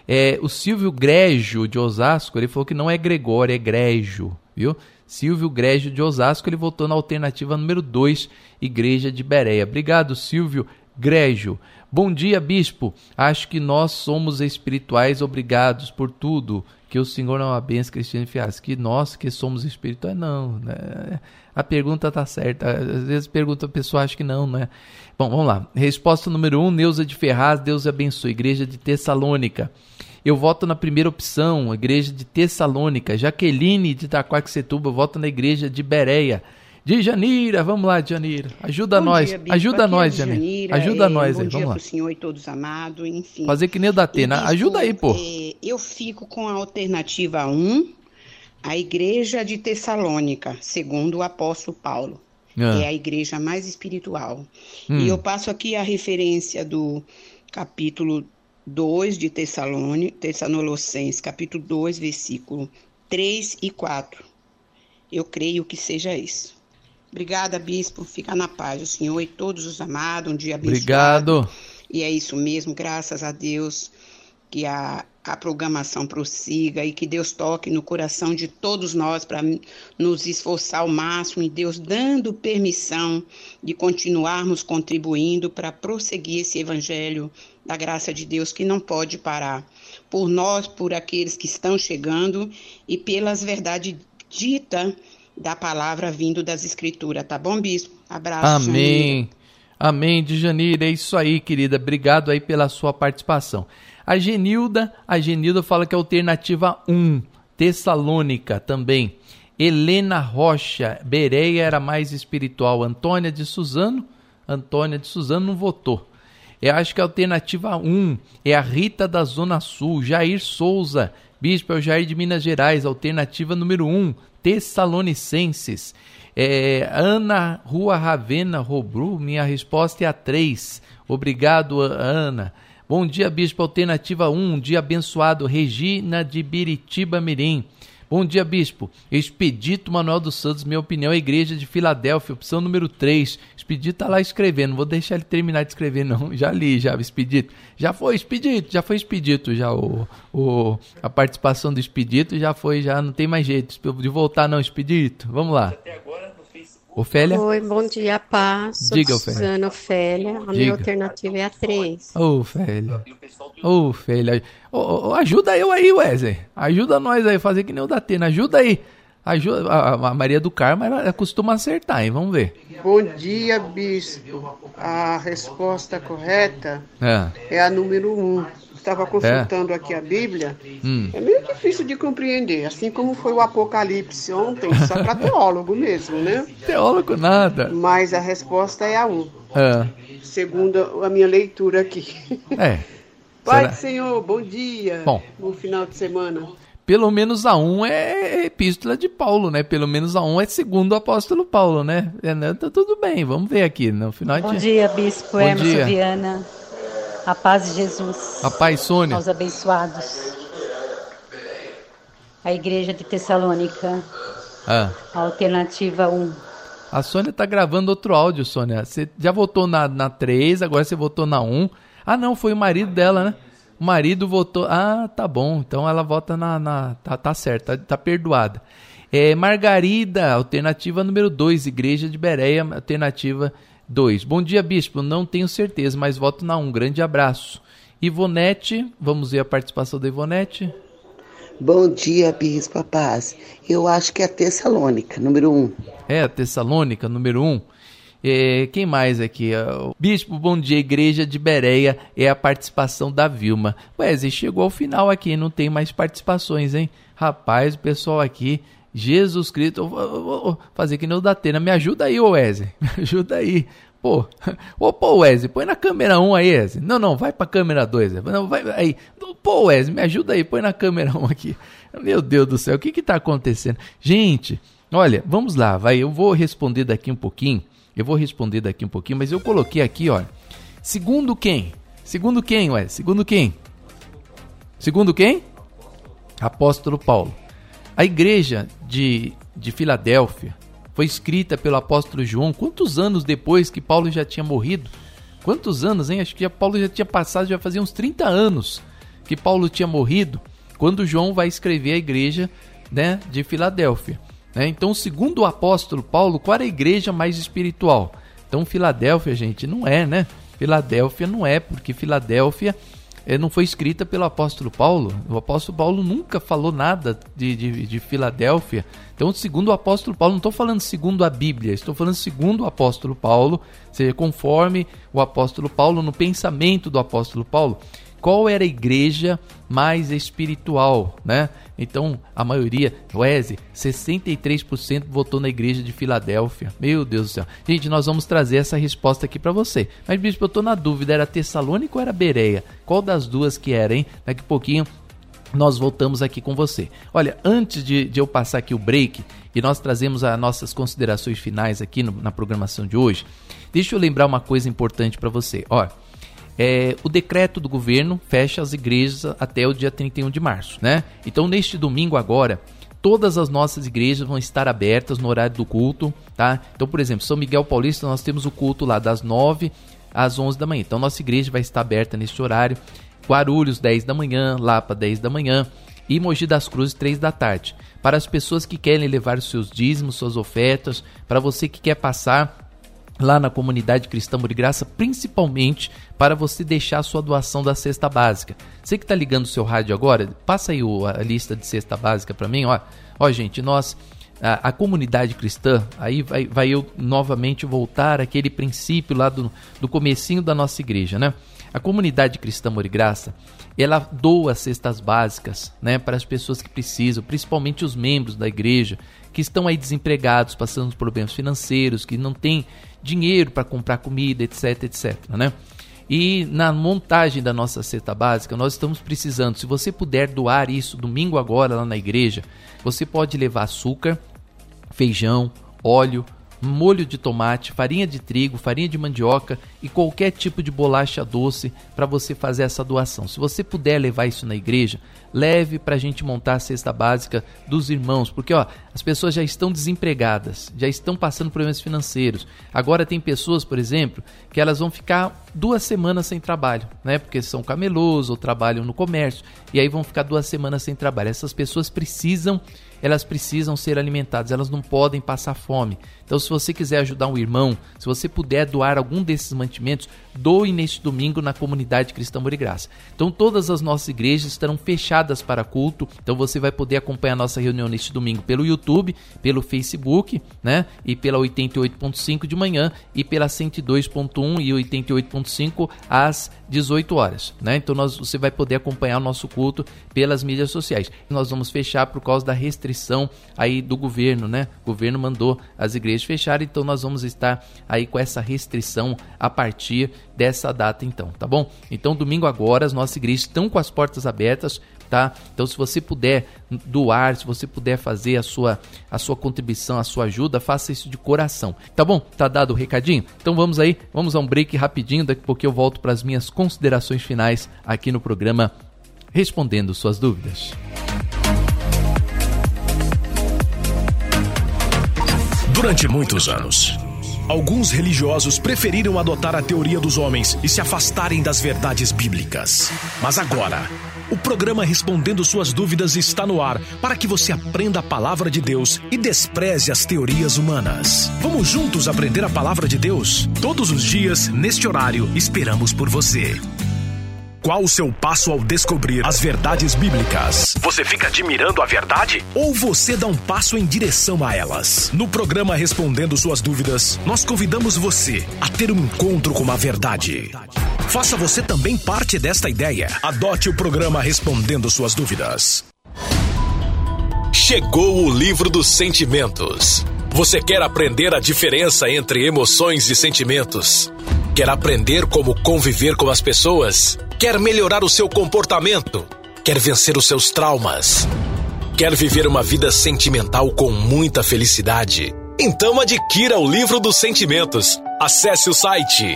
O Silvio Grégio de Osasco, ele falou que não é Gregório, é Grégio, viu? Silvio Grégio de Osasco, ele votou na alternativa número 2, Igreja de Bereia. Obrigado, Silvio Grégio. Bom dia, bispo. Acho que nós somos espirituais, obrigados por tudo. Que o Senhor não abençoe, Cristiane Fias. Que nós que somos espirituais, não. Né? A pergunta tá certa. Às vezes pergunta, a pessoa acha que não, né? Bom, vamos lá. Resposta número 1, Neuza de Ferraz, Deus abençoe. Igreja de Tessalônica. Eu voto na primeira opção, Igreja de Tessalônica. Jaqueline de Itaquaquecetuba, eu voto na Igreja de Bereia. De Janira, vamos lá, Janira. Ajuda nós. Dia, bispo. Ajuda nós, Janira. Ajuda nós aí, vamos lá. Bom dia pro senhor e todos amados, enfim. Fazer que nem o da Atena. Bispo, ajuda aí, pô. Eu fico com a alternativa 1, a Igreja de Tessalônica, segundo o apóstolo Paulo. É a igreja mais espiritual. E eu passo aqui a referência do capítulo 2 de Tessalonicenses, capítulo 2, versículo 3 e 4. Eu creio que seja isso. Obrigada, bispo. Fica na paz. O senhor e todos os amados. Um dia abençoado. Obrigado. E é isso mesmo. Graças a Deus que a programação prossiga e que Deus toque no coração de todos nós para nos esforçar ao máximo e Deus dando permissão de continuarmos contribuindo para prosseguir esse evangelho da graça de Deus que não pode parar. Por nós, por aqueles que estão chegando e pelas verdades ditas da palavra vindo das escrituras, tá bom, bispo? Abraço. Amém. Janira. Amém, de Janira, é isso aí, querida. Obrigado aí pela sua participação. A Genilda fala que é a alternativa 1, Tessalônica também. Helena Rocha, Bereia era mais espiritual. Antônia de Suzano não votou. Eu acho que a alternativa 1 é a Rita da Zona Sul. Jair Souza, bispo, é o Jair de Minas Gerais, alternativa número 1, Tessalonicenses. Ana Rua Ravena Robru, minha resposta é a 3. Obrigado, Ana. Bom dia, bispo, alternativa 1, dia abençoado, Regina de Biritiba Mirim. Bom dia, bispo. Expedito Manuel dos Santos, minha opinião, a Igreja de Filadélfia, opção número 3. Expedito tá lá escrevendo, não vou deixar ele terminar de escrever não, já li, Expedito. Já foi Expedito, já a participação do Expedito já foi, já não tem mais jeito de voltar não, Expedito. Vamos lá. Ofélia? Oi, bom dia, paz. Diga, Ofélia. Suzana Ofélia. A minha alternativa é a 3. Ofélia. Ajuda eu aí, Wesley. Ajuda nós aí, fazer que nem o da Atena. Ajuda aí. A Maria do Carmo, ela costuma acertar, hein? Vamos ver. Bom dia, bispo. A resposta correta é a número 1. Estava consultando aqui a Bíblia. É meio difícil de compreender, assim como foi o Apocalipse ontem, só para teólogo mesmo, né? Teólogo nada. Mas a resposta é a 1. Segundo a minha leitura aqui. Pai do Senhor, bom dia. Bom final de semana. Pelo menos a 1 é epístola de Paulo, né? Pelo menos a 1 é segundo o apóstolo Paulo, né? Tá tudo bem, vamos ver aqui no final. Bom dia, bispo Emerson Viana. A paz de Jesus. A paz, Sônia. Aos abençoados. A Igreja de Tessalônica. Alternativa 1. A Sônia tá gravando outro áudio, Sônia. Você já votou na 3, agora você votou na 1. Ah, não, foi o marido dela, né? O marido votou... Ah, tá bom. Então ela vota Tá certo, tá perdoada. Margarida, alternativa número 2. Igreja de Bereia, alternativa 2. Bom dia, bispo. Não tenho certeza, mas voto na 1. Grande abraço. Ivonete, vamos ver a participação da Ivonete. Bom dia, bispo, a paz. Eu acho que é a Tessalônica, número 1. A Tessalônica, número 1. Quem mais aqui? Bispo, bom dia, Igreja de Bereia, é a participação da Vilma. Wesley, chegou ao final aqui, não tem mais participações, hein? Rapaz, o pessoal aqui, Jesus Cristo, vou fazer que nem o da Atena, me ajuda aí, Wesley, me ajuda aí. Pô, Wesley, põe na câmera 1 aí, Wesley. Não, vai pra câmera 2, não, vai aí. Pô, Wesley, me ajuda aí, põe na câmera 1 aqui. Meu Deus do céu, o que tá acontecendo? Gente, olha, vamos lá, eu vou responder daqui um pouquinho. Mas eu coloquei aqui, olha, segundo quem, ué? Segundo quem? Apóstolo Paulo. A igreja de Filadélfia foi escrita pelo apóstolo João, quantos anos depois que Paulo já tinha morrido? Quantos anos, hein? Acho que Paulo já tinha passado, já fazia uns 30 anos que Paulo tinha morrido, quando João vai escrever a igreja, né, de Filadélfia. Então, segundo o apóstolo Paulo, qual era a igreja mais espiritual? Então, Filadélfia, gente, não é, né? Filadélfia não é, porque Filadélfia não foi escrita pelo apóstolo Paulo. O apóstolo Paulo nunca falou nada de Filadélfia. Então, segundo o apóstolo Paulo, não estou falando segundo a Bíblia, estou falando segundo o apóstolo Paulo, seja, conforme o apóstolo Paulo, no pensamento do apóstolo Paulo. Qual era a igreja mais espiritual, né? Então, a maioria, Wesley, 63% votou na igreja de Filadélfia. Meu Deus do céu. Gente, nós vamos trazer essa resposta aqui para você. Mas, bispo, eu tô na dúvida, era Tessalônica ou era Bereia? Qual das duas que era, hein? Daqui a pouquinho nós voltamos aqui com você. Olha, antes de eu passar aqui o break, e nós trazemos as nossas considerações finais aqui na programação de hoje, deixa eu lembrar uma coisa importante para você. Olha, o decreto do governo fecha as igrejas até o dia 31 de março, né? Então, neste domingo agora, todas as nossas igrejas vão estar abertas no horário do culto, tá? Então, por exemplo, São Miguel Paulista, nós temos o culto lá das 9 às 11 da manhã. Então, nossa igreja vai estar aberta neste horário. Guarulhos, 10 da manhã, Lapa, 10 da manhã e Mogi das Cruzes, 3 da tarde. Para as pessoas que querem levar os seus dízimos, suas ofertas, para você que quer passar lá na comunidade cristã Amor e Graça, principalmente para você deixar a sua doação da cesta básica. Você que está ligando o seu rádio agora, passa aí a lista de cesta básica para mim, ó gente, nós, a comunidade cristã, aí vai eu novamente voltar àquele princípio lá do comecinho da nossa igreja, né? A comunidade cristã Amor e Graça, ela doa cestas básicas, né, para as pessoas que precisam, principalmente os membros da igreja, que estão aí desempregados, passando por problemas financeiros, que não têm dinheiro para comprar comida, etc, etc, né? E na montagem da nossa cesta básica, nós estamos precisando, se você puder doar isso domingo agora lá na igreja, você pode levar açúcar, feijão, óleo, molho de tomate, farinha de trigo, farinha de mandioca e qualquer tipo de bolacha doce para você fazer essa doação. Se você puder levar isso na igreja, leve para a gente montar a cesta básica dos irmãos, porque as pessoas já estão desempregadas, já estão passando problemas financeiros. Agora tem pessoas, por exemplo, que elas vão ficar 2 semanas sem trabalho, né? Porque são camelôs ou trabalham no comércio, e aí vão ficar 2 semanas sem trabalho. Essas pessoas precisam ser alimentadas, elas não podem passar fome. Então, se você quiser ajudar um irmão, se você puder doar algum desses mantimentos, doe neste domingo na comunidade Cristã Amor e Graça. Então, todas as nossas igrejas estarão fechadas para culto, então você vai poder acompanhar a nossa reunião neste domingo pelo YouTube, pelo Facebook, né? E pela 88.5 de manhã e pela 102.1 e 88.5 às 18 horas, né? Então você vai poder acompanhar o nosso culto pelas mídias sociais. Nós vamos fechar por causa da restrição aí do governo, né? O governo mandou as igrejas fecharem, então nós vamos estar aí com essa restrição a partir dessa data então, tá bom? Então domingo agora as nossas igrejas estão com as portas abertas, tá? Então se você puder doar, se você puder fazer a sua contribuição, a sua ajuda, faça isso de coração, tá bom? Tá dado o recadinho? Então vamos a um break rapidinho, daqui a pouco eu volto para as minhas considerações finais aqui no programa Respondendo Suas Dúvidas. Durante muitos anos, alguns religiosos preferiram adotar a teoria dos homens e se afastarem das verdades bíblicas. Mas agora, o programa Respondendo Suas Dúvidas está no ar para que você aprenda a palavra de Deus e despreze as teorias humanas. Vamos juntos aprender a palavra de Deus? Todos os dias, neste horário, esperamos por você. Qual o seu passo ao descobrir as verdades bíblicas? Você fica admirando a verdade? Ou você dá um passo em direção a elas? No programa Respondendo Suas Dúvidas, nós convidamos você a ter um encontro com a verdade. Faça você também parte desta ideia. Adote o programa Respondendo Suas Dúvidas. Chegou o livro dos sentimentos. Você quer aprender a diferença entre emoções e sentimentos? Quer aprender como conviver com as pessoas? Quer melhorar o seu comportamento? Quer vencer os seus traumas? Quer viver uma vida sentimental com muita felicidade? Então adquira o livro dos sentimentos. Acesse o site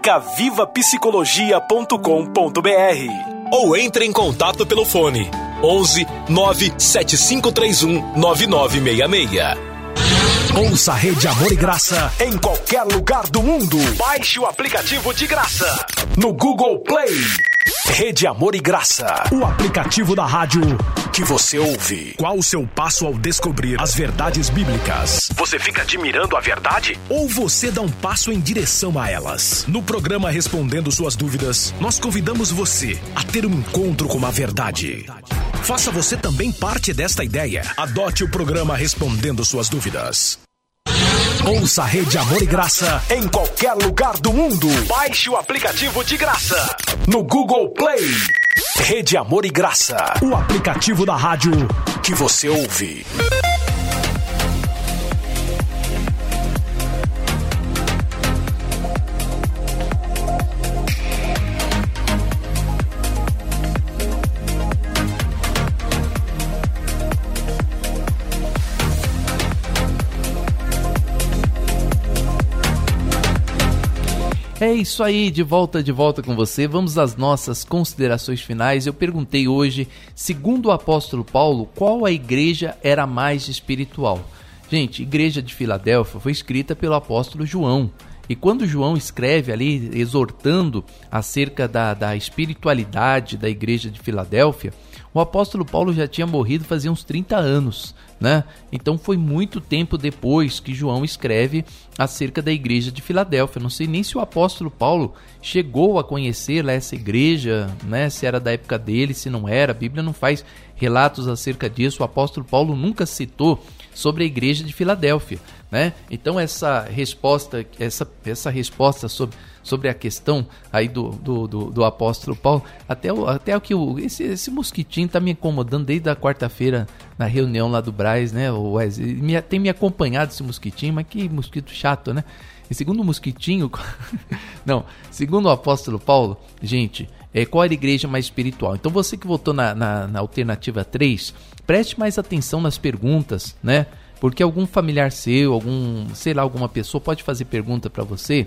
clinicavivapsicologia.com.br ou entre em contato pelo fone 11 97531 9966. Ouça a Rede Amor e Graça em qualquer lugar do mundo. Baixe o aplicativo de graça no Google Play. Rede Amor e Graça, o aplicativo da rádio que você ouve. Qual o seu passo ao descobrir as verdades bíblicas? Você fica admirando a verdade? Ou você dá um passo em direção a elas? No programa Respondendo Suas Dúvidas, nós convidamos você a ter um encontro com a verdade. Faça você também parte desta ideia. Adote o programa Respondendo Suas Dúvidas. Ouça a Rede Amor e Graça em qualquer lugar do mundo. Baixe o aplicativo de graça no Google Play. Rede Amor e Graça, o aplicativo da rádio que você ouve. É isso aí, de volta com você. Vamos às nossas considerações finais. Eu perguntei hoje, segundo o apóstolo Paulo, qual a igreja era mais espiritual? Gente, a igreja de Filadélfia foi escrita pelo apóstolo João. E quando João escreve ali, exortando acerca da espiritualidade da igreja de Filadélfia, o apóstolo Paulo já tinha morrido fazia uns 30 anos, né? Então foi muito tempo depois que João escreve acerca da igreja de Filadélfia. Não sei nem se o apóstolo Paulo chegou a conhecer essa igreja, né? Se era da época dele, se não era. A Bíblia não faz relatos acerca disso. O apóstolo Paulo nunca citou sobre a igreja de Filadélfia, né? Então essa resposta sobre a questão aí do apóstolo Paulo, até o que esse mosquitinho está me incomodando desde a quarta-feira na reunião lá do Braz, né? O Wesley tem me acompanhado esse mosquitinho, mas que mosquito chato, né? E segundo o mosquitinho, segundo o apóstolo Paulo, gente, qual era a igreja mais espiritual? Então você que votou na alternativa 3, preste mais atenção nas perguntas, né? Porque algum familiar seu, alguma pessoa pode fazer pergunta para você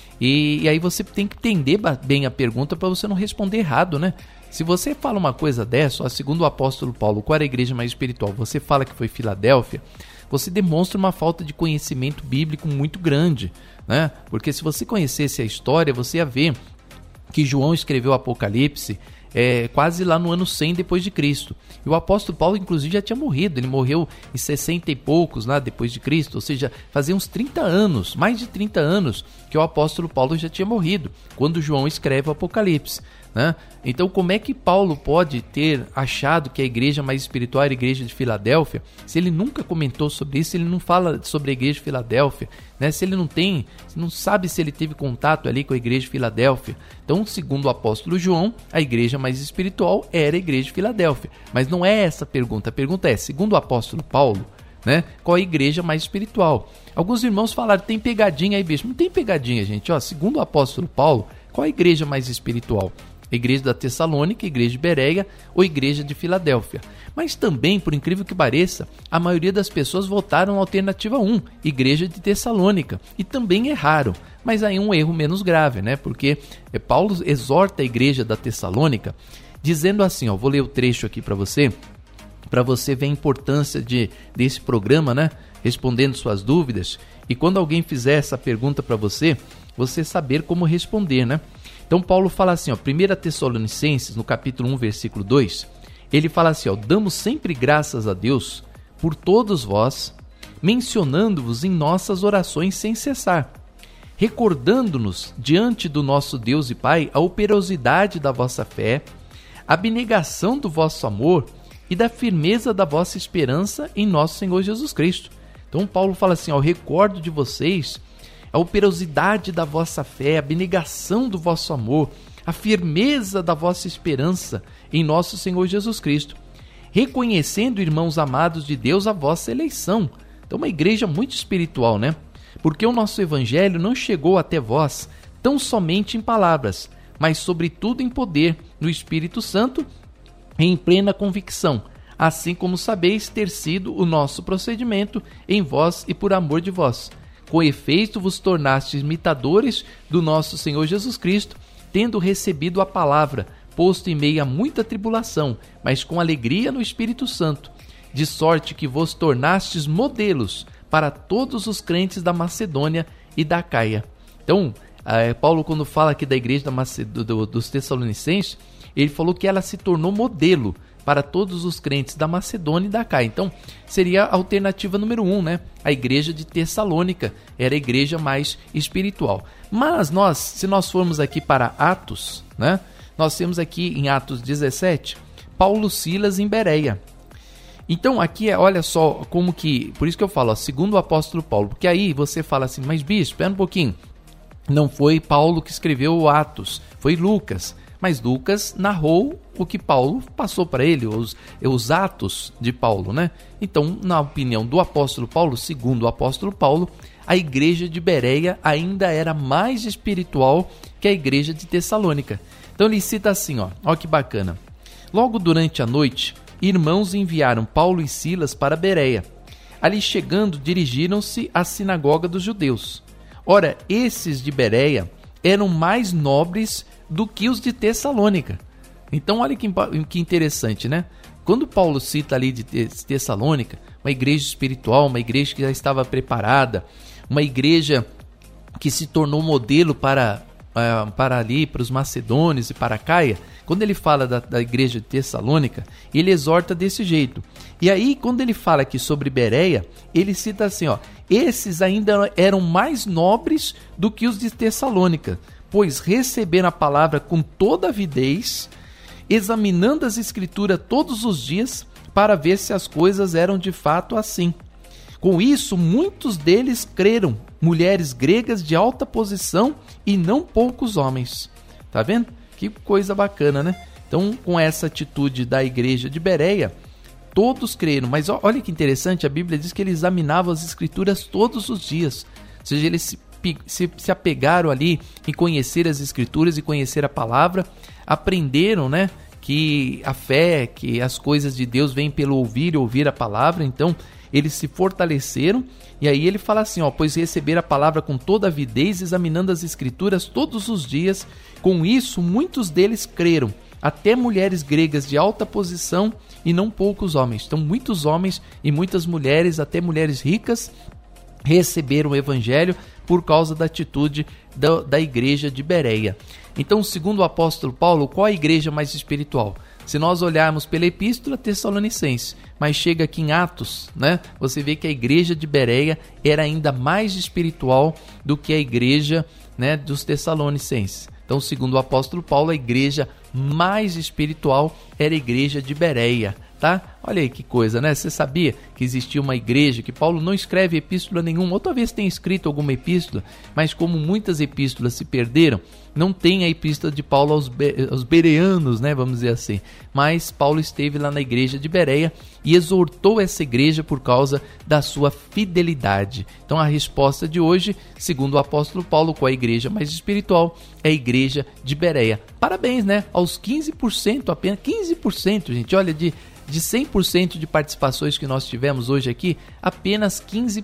e aí você tem que entender bem a pergunta para você não responder errado, né? Se você fala uma coisa dessa, segundo o apóstolo Paulo, qual era a igreja mais espiritual? Você fala que foi Filadélfia, você demonstra uma falta de conhecimento bíblico muito grande, né? Porque se você conhecesse a história, você ia ver que João escreveu o Apocalipse quase lá no ano 100 depois de Cristo. E o apóstolo Paulo, inclusive, já tinha morrido. Ele morreu em 60 e poucos lá depois de Cristo. Ou seja, fazia uns 30 anos, mais de 30 anos, que o apóstolo Paulo já tinha morrido, quando João escreve o Apocalipse, né? Então, como é que Paulo pode ter achado que a igreja mais espiritual era a igreja de Filadélfia, se ele nunca comentou sobre isso, se ele não fala sobre a igreja de Filadélfia, né? Se ele não sabe se ele teve contato ali com a igreja de Filadélfia. Então, segundo o apóstolo João, a igreja mais espiritual era a igreja de Filadélfia. Mas não é essa a pergunta é, segundo o apóstolo Paulo, né? Qual a igreja mais espiritual? Alguns irmãos falaram, tem pegadinha aí, bicho. Não tem pegadinha, gente. Segundo o apóstolo Paulo, qual a igreja mais espiritual? A igreja da Tessalônica, a igreja de Bereia ou a igreja de Filadélfia. Mas também, por incrível que pareça, a maioria das pessoas votaram na alternativa 1, igreja de Tessalônica, e também erraram. Mas aí um erro menos grave, né? Porque Paulo exorta a igreja da Tessalônica, dizendo assim, vou ler o trecho aqui para você ver a importância desse programa, né? Respondendo suas dúvidas, e quando alguém fizer essa pergunta para você saber como responder, né? Então Paulo fala assim, 1 Tessalonicenses, no capítulo 1, versículo 2, ele fala assim, damos sempre graças a Deus por todos vós, mencionando-vos em nossas orações sem cessar, recordando-nos diante do nosso Deus e Pai a operosidade da vossa fé, a abnegação do vosso amor e da firmeza da vossa esperança em nosso Senhor Jesus Cristo. Então Paulo fala assim, recordo de vocês a operosidade da vossa fé, a abnegação do vosso amor, a firmeza da vossa esperança em nosso Senhor Jesus Cristo, reconhecendo, irmãos amados de Deus, a vossa eleição. Então, uma igreja muito espiritual, né? Porque o nosso evangelho não chegou até vós tão somente em palavras, mas sobretudo em poder, no Espírito Santo e em plena convicção, assim como sabeis ter sido o nosso procedimento em vós e por amor de vós. Com efeito vos tornastes imitadores do nosso Senhor Jesus Cristo, tendo recebido a palavra, posto em meio a muita tribulação, mas com alegria no Espírito Santo, de sorte que vos tornastes modelos para todos os crentes da Macedônia e da Acaia. Então, Paulo, quando fala aqui da igreja dos Tessalonicenses, ele falou que ela se tornou modelo para todos os crentes da Macedônia e da Acaia. Então, seria a alternativa número 1, né? A igreja de Tessalônica era a igreja mais espiritual. Mas se nós formos aqui para Atos, né? Nós temos aqui em Atos 17, Paulo, Silas em Bereia. Então, aqui, olha só como que... Por isso que eu falo, segundo o apóstolo Paulo. Porque aí você fala assim, mas bispo, espera um pouquinho. Não foi Paulo que escreveu o Atos, foi Lucas. Mas Lucas narrou o que Paulo passou para ele, os atos de Paulo, né? Então, na opinião do apóstolo Paulo, segundo o apóstolo Paulo, a igreja de Bereia ainda era mais espiritual que a igreja de Tessalônica. Então ele cita assim, ó que bacana. Logo durante a noite, irmãos enviaram Paulo e Silas para Bereia. Ali chegando, dirigiram-se à sinagoga dos judeus. Ora, esses de Bereia eram mais nobres do que os de Tessalônica. Então olha que interessante, né? Quando Paulo cita ali de Tessalônica, uma igreja espiritual, uma igreja que já estava preparada, uma igreja que se tornou modelo para os macedônios e para a Acaia, quando ele fala da igreja de Tessalônica, ele exorta desse jeito. E aí, quando ele fala aqui sobre Bereia, ele cita assim, esses ainda eram mais nobres do que os de Tessalônica, pois receberam a palavra com toda avidez, examinando as escrituras todos os dias, para ver se as coisas eram de fato assim. Com isso, muitos deles creram mulheres gregas de alta posição e não poucos homens. Tá vendo? Que coisa bacana, né? Então, com essa atitude da igreja de Bereia, todos creram. Mas olha que interessante, a Bíblia diz que eles examinavam as escrituras todos os dias. Ou seja, eles se apegaram ali em conhecer as escrituras e conhecer a palavra, aprenderam, né, que a fé, que as coisas de Deus vêm pelo ouvir e ouvir a palavra. Então eles se fortaleceram, e aí ele fala assim, pois receber a palavra com toda avidez, examinando as escrituras todos os dias, com isso muitos deles creram, até mulheres gregas de alta posição e não poucos homens. Então muitos homens e muitas mulheres, até mulheres ricas, receberam o evangelho por causa da atitude da igreja de Bereia. Então, segundo o apóstolo Paulo, qual a igreja mais espiritual? Se nós olharmos pela epístola Tessalonicense, mas chega aqui em Atos, né, você vê que a igreja de Bereia era ainda mais espiritual do que a igreja, né, dos Tessalonicenses. Então, segundo o apóstolo Paulo, a igreja mais espiritual era a igreja de Bereia. Tá? Olha aí que coisa, né? Você sabia que existia uma igreja, que Paulo não escreve epístola nenhuma, ou talvez tenha escrito alguma epístola, mas como muitas epístolas se perderam, não tem a epístola de Paulo aos bereanos, né? Vamos dizer assim. Mas Paulo esteve lá na igreja de Bereia e exortou essa igreja por causa da sua fidelidade. Então a resposta de hoje, segundo o apóstolo Paulo, qual a igreja mais espiritual? É a igreja de Bereia. Parabéns, né? Aos 15%, apenas 15%, gente, olha, de 100% de participações que nós tivemos hoje aqui, apenas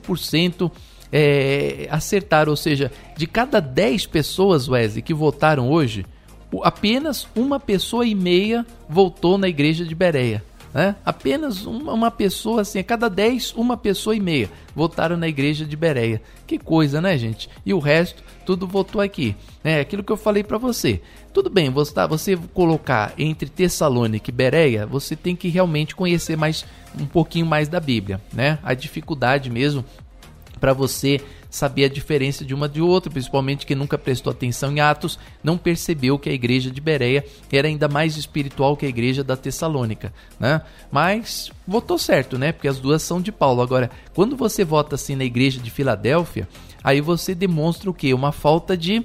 15% acertaram, ou seja, de cada 10 pessoas, Wesley, que votaram hoje, apenas 1,5 pessoa votou na igreja de Bereia. Né? Apenas uma pessoa, assim, a cada 10, 1,5 pessoa votaram na igreja de Bereia. Que coisa, né, gente? E o resto, tudo votou aqui. É aquilo que eu falei para você. Tudo bem, você colocar entre Tessalônica e Bereia, você tem que realmente conhecer um pouquinho mais da Bíblia, né? A dificuldade mesmo para você saber a diferença de uma de outra, principalmente quem nunca prestou atenção em Atos, não percebeu que a igreja de Bereia era ainda mais espiritual que a igreja da Tessalônica, né? Mas votou certo, né? Porque as duas são de Paulo. Agora, quando você vota assim na igreja de Filadélfia, aí você demonstra o quê? Uma falta de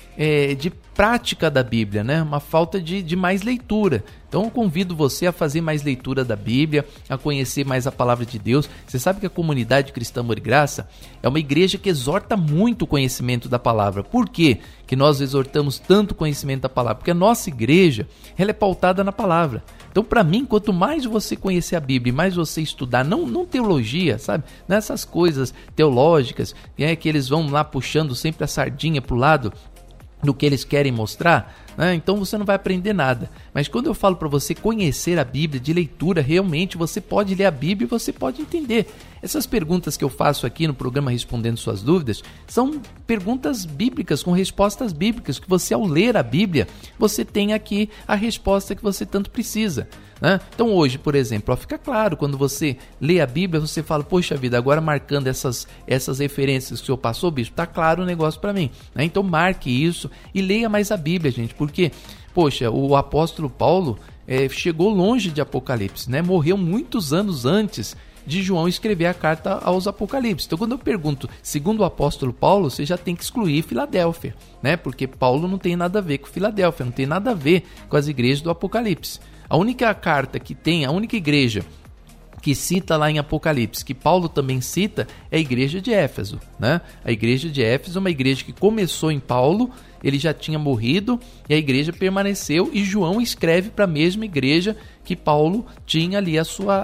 prática da Bíblia, né? Uma falta de mais leitura. Então eu convido você a fazer mais leitura da Bíblia, a conhecer mais a palavra de Deus. Você sabe que a comunidade cristã Amor e Graça é uma igreja que exorta muito o conhecimento da palavra. Por quê que nós exortamos tanto o conhecimento da palavra? Porque a nossa igreja, ela é pautada na palavra. Então, para mim, quanto mais você conhecer a Bíblia, mais você estudar, não teologia, sabe? Nessas coisas teológicas, que eles vão lá puxando sempre a sardinha para o lado do que eles querem mostrar, né? Então você não vai aprender nada. Mas quando eu falo para você conhecer a Bíblia de leitura, realmente você pode ler a Bíblia e você pode entender. Essas perguntas que eu faço aqui no programa Respondendo Suas Dúvidas são perguntas bíblicas, com respostas bíblicas, que você, ao ler a Bíblia, você tem aqui a resposta que você tanto precisa, né? Então hoje, por exemplo, fica claro, quando você lê a Bíblia, você fala, poxa vida, agora marcando essas referências que o senhor passou, bispo, está claro o negócio para mim, né? Então marque isso e leia mais a Bíblia, gente, porque, poxa, o apóstolo Paulo chegou longe de Apocalipse, né? Morreu muitos anos antes de João escrever a carta aos Apocalipse. Então, quando eu pergunto, segundo o apóstolo Paulo, você já tem que excluir Filadélfia, né? Porque Paulo não tem nada a ver com Filadélfia, não tem nada a ver com as igrejas do Apocalipse. A única carta que tem, a única igreja que cita lá em Apocalipse, que Paulo também cita, é a igreja de Éfeso, né? A igreja de Éfeso é uma igreja que começou em Paulo, ele já tinha morrido e a igreja permaneceu, e João escreve para a mesma igreja que Paulo tinha ali a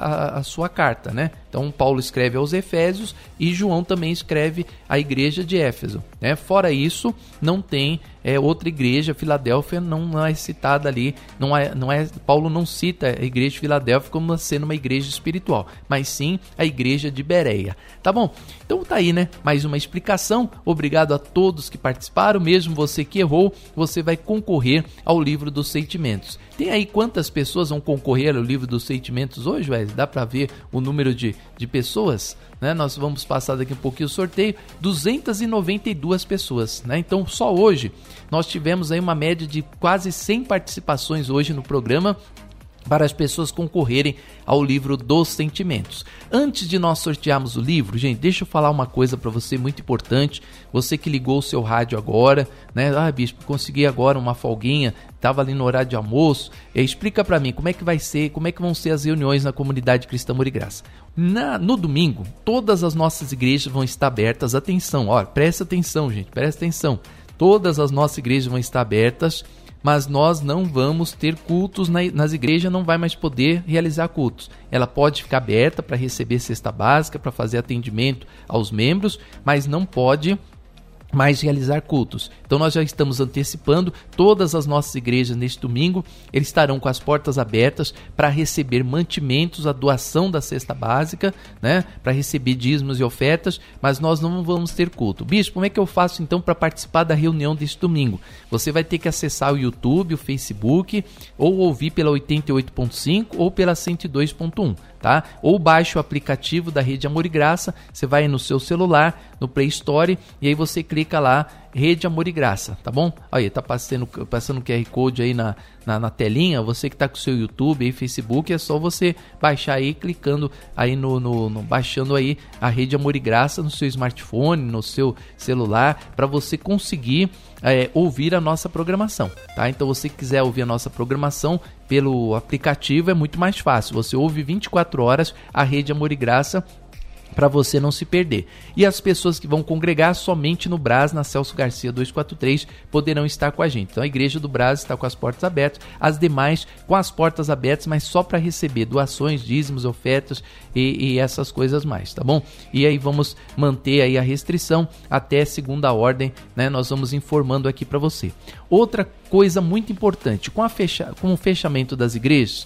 sua carta, né? Então Paulo escreve aos Efésios e João também escreve à igreja de Éfeso, né? Fora isso, não tem outra igreja. Filadélfia não é citada ali, Paulo não cita a igreja de Filadélfia como sendo uma igreja espiritual, mas sim a igreja de Bereia. Tá bom? Então tá aí, né? Mais uma explicação. Obrigado a todos que participaram. Mesmo você que errou, você vai concorrer ao livro dos sentimentos. Tem aí quantas pessoas vão concorrer ao livro dos sentimentos hoje, Wesley? Dá para ver o número de pessoas, né? Nós vamos passar daqui um pouquinho o sorteio. 292 pessoas, né? Então só hoje nós tivemos aí uma média de quase 100 participações hoje no programa. para as pessoas concorrerem ao livro dos sentimentos. Antes de nós sortearmos o livro, gente, deixa eu falar uma coisa para você muito importante. Você que ligou o seu rádio agora, né? Bispo, consegui agora uma folguinha, estava ali no horário de almoço. Explica para mim como é que vai ser, como é que vão ser as reuniões na comunidade Cristã Amor e Graça. No domingo, todas as nossas igrejas vão estar abertas. Atenção, presta atenção, gente, presta atenção. Todas as nossas igrejas vão estar abertas, mas nós não vamos ter cultos nas igrejas, não vai mais poder realizar cultos. Ela pode ficar aberta para receber cesta básica, para fazer atendimento aos membros, mas não pode mais realizar cultos. Então nós já estamos antecipando, todas as nossas igrejas neste domingo, eles estarão com as portas abertas para receber mantimentos, a doação da cesta básica, né, para receber dízimos e ofertas, mas nós não vamos ter culto. Bispo, como é que eu faço então para participar da reunião deste domingo? Você vai ter que acessar o YouTube, o Facebook, ou ouvir pela 88.5 ou pela 102.1. Tá? Ou baixe o aplicativo da Rede Amor e Graça, você vai no seu celular, no Play Store, e aí você clica lá, Rede Amor e Graça, tá bom? Aí tá passando o QR Code aí na telinha. Você que tá com o seu YouTube e Facebook, é só você baixar aí, clicando aí baixando aí a Rede Amor e Graça no seu smartphone, no seu celular, para você conseguir ouvir a nossa programação, tá? Então você que quiser ouvir a nossa programação pelo aplicativo é muito mais fácil. Você ouve 24 horas a Rede Amor e Graça, para você não se perder. E as pessoas que vão congregar somente no Brás, na Celso Garcia 243, poderão estar com a gente. Então a igreja do Brás está com as portas abertas, as demais com as portas abertas, mas só para receber doações, dízimos, ofertas e essas coisas mais, tá bom? E aí vamos manter aí a restrição até segunda ordem, né? Nós vamos informando aqui para você. Outra coisa muito importante, com o fechamento das igrejas,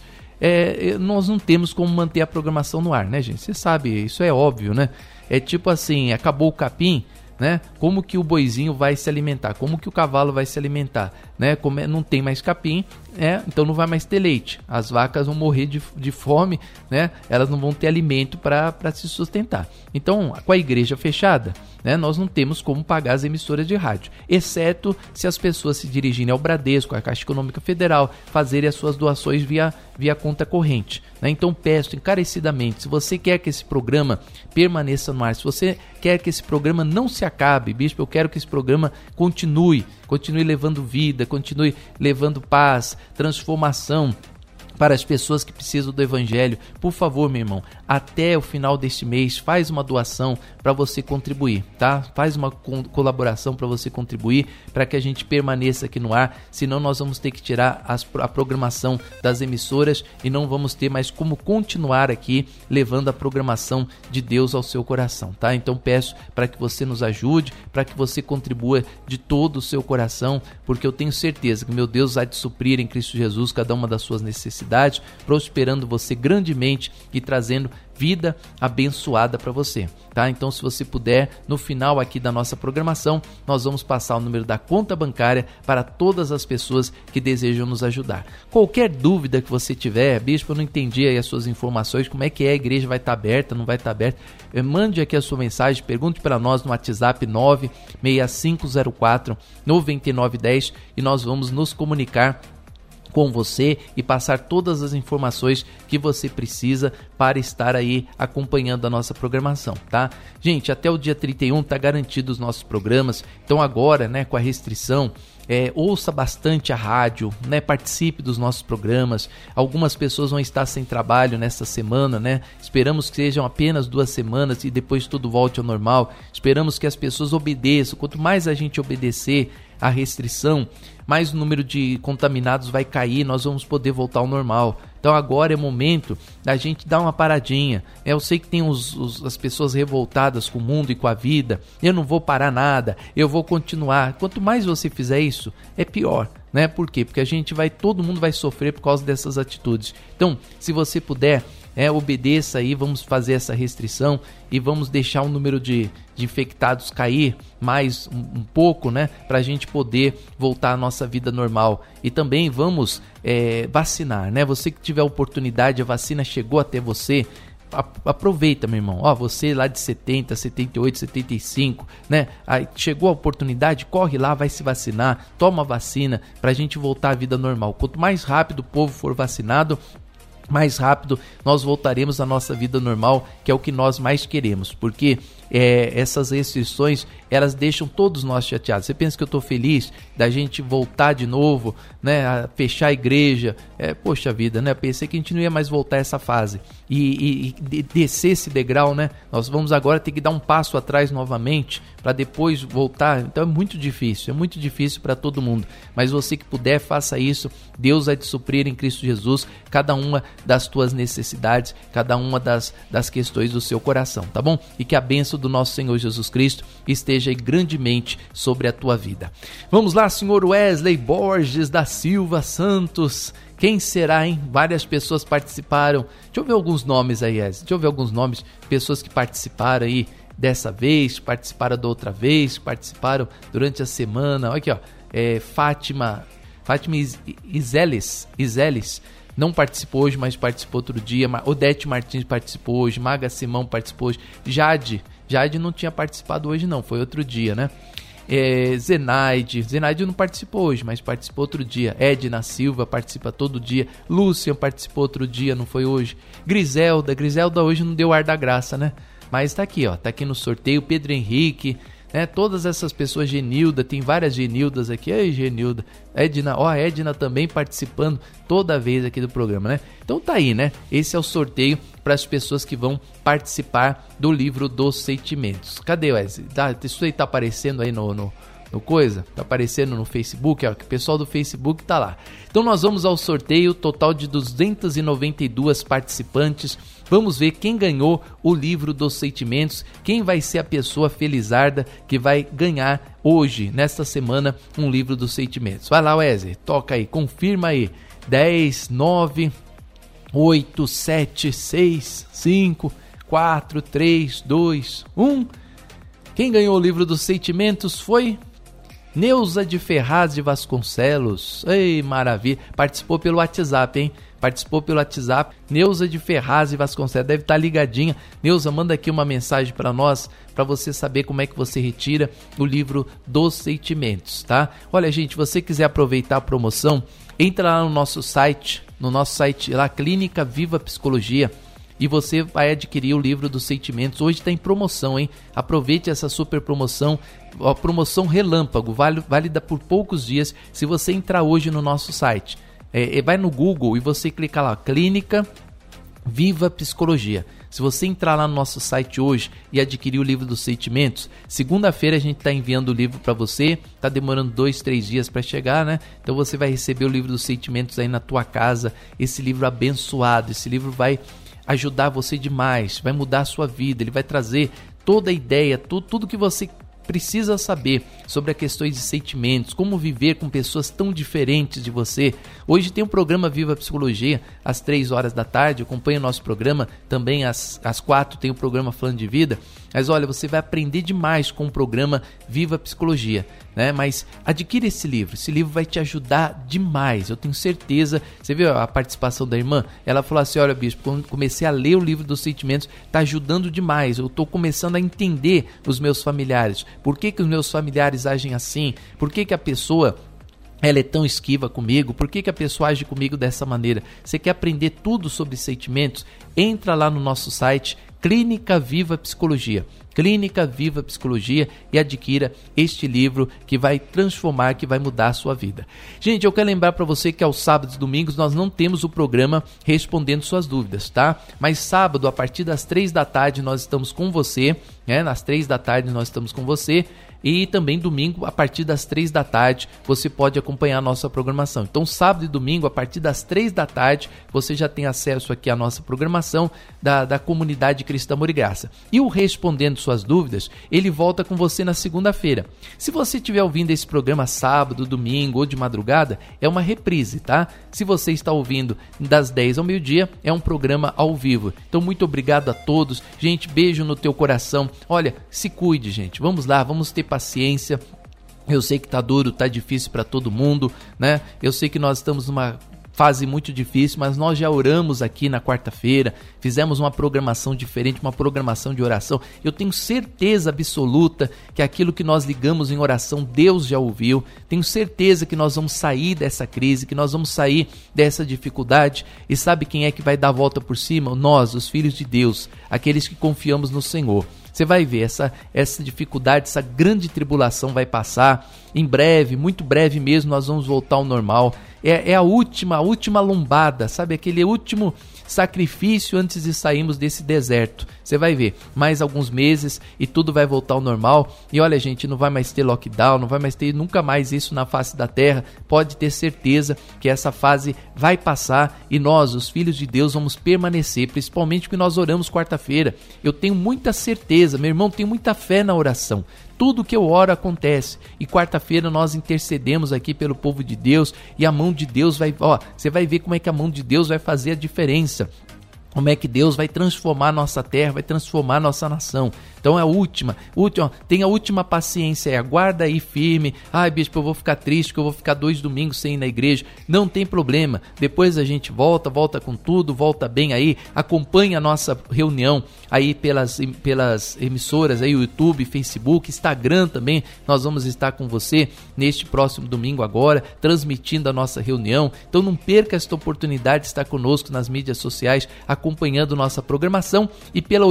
nós não temos como manter a programação no ar, né, gente? Você sabe, isso é óbvio, né? É tipo assim, acabou o capim, né? Como que o boizinho vai se alimentar? Como que o cavalo vai se alimentar? Né? Como não tem mais capim, então não vai mais ter leite. As vacas vão morrer de fome, né? Elas não vão ter alimento para se sustentar. Então, com a igreja fechada, né, nós não temos como pagar as emissoras de rádio, exceto se as pessoas se dirigirem ao Bradesco, à Caixa Econômica Federal, fazerem as suas doações via conta corrente, né? Então peço encarecidamente, se você quer que esse programa permaneça no ar, se você quer que esse programa não se acabe, bispo, eu quero que esse programa continue levando vida, continue levando paz, transformação para as pessoas que precisam do Evangelho. Por favor, meu irmão, até o final deste mês, faz uma doação para você contribuir, tá? Faz uma colaboração para você contribuir, para que a gente permaneça aqui no ar, senão nós vamos ter que tirar a programação das emissoras e não vamos ter mais como continuar aqui levando a programação de Deus ao seu coração, tá? Então peço para que você nos ajude, para que você contribua de todo o seu coração, porque eu tenho certeza que meu Deus há de suprir em Cristo Jesus cada uma das suas necessidades, prosperando você grandemente e trazendo vida abençoada para você, tá? Então, se você puder, no final aqui da nossa programação, nós vamos passar o número da conta bancária para todas as pessoas que desejam nos ajudar. Qualquer dúvida que você tiver, bispo, eu não entendi aí as suas informações, como é que a igreja vai estar aberta, não vai estar aberta, mande aqui a sua mensagem, pergunte para nós no WhatsApp 96504-9910 e nós vamos nos comunicar com você e passar todas as informações que você precisa para estar aí acompanhando a nossa programação, tá? Gente, até o dia 31 tá garantido os nossos programas, então agora, né, com a restrição, ouça bastante a rádio, né? Participe dos nossos programas. Algumas pessoas vão estar sem trabalho nessa semana, né? Esperamos que sejam apenas 2 semanas e depois tudo volte ao normal. Esperamos que as pessoas obedeçam. Quanto mais a gente obedecer a restrição, mais o número de contaminados vai cair, nós vamos poder voltar ao normal. Então agora é momento da gente dar uma paradinha. Eu sei que tem as pessoas revoltadas com o mundo e com a vida. Eu não vou parar nada, eu vou continuar. Quanto mais você fizer isso, é pior, né? Por quê? Porque todo mundo vai sofrer por causa dessas atitudes. Então, se você puder, obedeça aí, vamos fazer essa restrição e vamos deixar o número de infectados cair mais um pouco, né, para a gente poder voltar à nossa vida normal. E também vamos vacinar, né? Você que tiver oportunidade, a vacina chegou até você, aproveita, meu irmão. Você lá de 70, 78, 75, né? Aí chegou a oportunidade, corre lá, vai se vacinar, toma a vacina pra gente voltar à vida normal. Quanto mais rápido o povo for vacinado, mais rápido nós voltaremos à nossa vida normal, que é o que nós mais queremos, porque essas restrições, elas deixam todos nós chateados. Você pensa que eu estou feliz da gente voltar de novo, né, a fechar a igreja? Poxa vida, né? Pensei que a gente não ia mais voltar a essa fase e descer esse degrau, né? Nós vamos agora ter que dar um passo atrás novamente para depois voltar. Então é muito difícil para todo mundo. Mas você que puder, faça isso. Deus vai te suprir em Cristo Jesus cada uma das tuas necessidades, cada uma das questões do seu coração, tá bom? E que a bênção do nosso Senhor Jesus Cristo esteja grandemente sobre a tua vida. Vamos lá, senhor Wesley Borges da Silva Santos. Quem será, hein? Várias pessoas participaram. Deixa eu ver alguns nomes aí, Wesley. Deixa eu ver alguns nomes, pessoas que participaram aí dessa vez, participaram da outra vez, participaram durante a semana. Olha aqui, ó. Fátima Izeles não participou hoje, mas participou outro dia. Odete Martins participou hoje. Maga Simão participou hoje. Jade não tinha participado hoje não, foi outro dia, né? Zenaide não participou hoje, mas participou outro dia. Edna Silva participa todo dia. Lúcia participou outro dia, não foi hoje. Griselda hoje não deu ar da graça, né? Mas tá aqui, ó, tá aqui no sorteio. Pedro Henrique, né? Todas essas pessoas, Genilda, tem várias Genildas aqui. Ei, Genilda. Edna, a Edna também participando toda vez aqui do programa, né? Então tá aí, né? Esse é o sorteio para as pessoas que vão participar do livro dos sentimentos. Cadê, Wesley? Isso aí tá aparecendo aí no coisa? Tá aparecendo no Facebook, ó, que o pessoal do Facebook tá lá. Então nós vamos ao sorteio, total de 292 participantes. Vamos ver quem ganhou o livro dos sentimentos, quem vai ser a pessoa felizarda que vai ganhar hoje, nesta semana, um livro dos sentimentos. Vai lá, Wesley, toca aí, confirma aí. 10, 9, 8, 7, 6, 5, 4, 3, 2, 1. Quem ganhou o livro dos sentimentos foi Neuza de Ferraz de Vasconcelos. Ei, maravilha. Participou pelo WhatsApp, hein? Participou pelo WhatsApp. Neuza de Ferraz de Vasconcelos. Deve estar ligadinha. Neuza, manda aqui uma mensagem para nós, para você saber como é que você retira o livro dos sentimentos, tá? Olha, gente, você quiser aproveitar a promoção, entra lá no nosso site lá, Clínica Viva Psicologia, e você vai adquirir o livro dos sentimentos. Hoje está em promoção, hein? Aproveite essa super promoção, a promoção relâmpago, válida por poucos dias. Se você entrar hoje no nosso site, vai no Google e você clica lá, Clínica Viva Psicologia. Se você entrar lá no nosso site hoje e adquirir o livro dos sentimentos, segunda-feira a gente está enviando o livro para você. Está demorando 2-3 dias para chegar, né? Então você vai receber o livro dos sentimentos aí na tua casa. Esse livro abençoado, esse livro vai ajudar você demais, vai mudar a sua vida. Ele vai trazer toda a ideia, tudo que você precisa saber sobre as questões de sentimentos, como viver com pessoas tão diferentes de você. Hoje tem um programa Viva Psicologia às 3 horas da tarde, acompanha o nosso programa, também às 4 tem o programa Falando de Vida. Mas olha, você vai aprender demais com o programa Viva Psicologia, né? Mas adquira esse livro vai te ajudar demais, eu tenho certeza. Você viu a participação da irmã? Ela falou assim, olha, bispo, quando comecei a ler o livro dos sentimentos, está ajudando demais, eu estou começando a entender os meus familiares, por que os meus familiares agem assim, por que a pessoa ela é tão esquiva comigo, por que a pessoa age comigo dessa maneira. Você quer aprender tudo sobre sentimentos? Entra lá no nosso site, Clínica Viva Psicologia. Clínica Viva Psicologia, e adquira este livro que vai transformar, que vai mudar a sua vida. Gente, eu quero lembrar para você que aos sábados e domingos nós não temos o programa Respondendo Suas Dúvidas, tá? Mas sábado, a partir das 3 da tarde, nós estamos com você, né? Nas 3 da tarde nós estamos com você. E também domingo, a partir das 3 da tarde, você pode acompanhar a nossa programação. Então, sábado e domingo, a partir das 3 da tarde, você já tem acesso aqui à nossa programação da comunidade Cristo Amor e Graça. E o Respondendo Suas Dúvidas, ele volta com você na segunda-feira. Se você estiver ouvindo esse programa sábado, domingo ou de madrugada, é uma reprise, tá? Se você está ouvindo das 10 ao meio-dia, é um programa ao vivo. Então, muito obrigado a todos. Gente, beijo no teu coração. Olha, se cuide, gente. Vamos lá, vamos ter paciência. Eu sei que tá duro, tá difícil para todo mundo, né? Eu sei que nós estamos numa fase muito difícil, mas nós já oramos aqui na quarta-feira, fizemos uma programação diferente, uma programação de oração. Eu tenho certeza absoluta que aquilo que nós ligamos em oração, Deus já ouviu. Tenho certeza que nós vamos sair dessa crise, que nós vamos sair dessa dificuldade. E sabe quem é que vai dar a volta por cima? Nós, os filhos de Deus, aqueles que confiamos no Senhor. Você vai ver, essa dificuldade, essa grande tribulação vai passar. Em breve, muito breve mesmo, nós vamos voltar ao normal. É a última lombada, sabe? Aquele último sacrifício antes de sairmos desse deserto. Você vai ver, mais alguns meses e tudo vai voltar ao normal. E olha, gente, não vai mais ter lockdown, não vai mais ter nunca mais isso na face da terra. Pode ter certeza que essa fase vai passar e nós, os filhos de Deus, vamos permanecer, principalmente porque nós oramos quarta-feira. Eu tenho muita certeza, meu irmão, tenho muita fé na oração. Tudo que eu oro acontece. E quarta-feira nós intercedemos aqui pelo povo de Deus e a mão de Deus vai... você vai ver como é que a mão de Deus vai fazer a diferença. Como é que Deus vai transformar a nossa terra, vai transformar a nossa nação. Então é a última, tenha a última paciência, aguarda aí firme. Ai, bispo, eu vou ficar triste, que eu vou ficar 2 domingos sem ir na igreja. Não tem problema, depois a gente volta com tudo, volta bem aí. Acompanhe a nossa reunião aí pelas emissoras, aí, YouTube, Facebook, Instagram também. Nós vamos estar com você neste próximo domingo agora, transmitindo a nossa reunião. Então não perca esta oportunidade de estar conosco nas mídias sociais, acompanhando nossa programação, e pela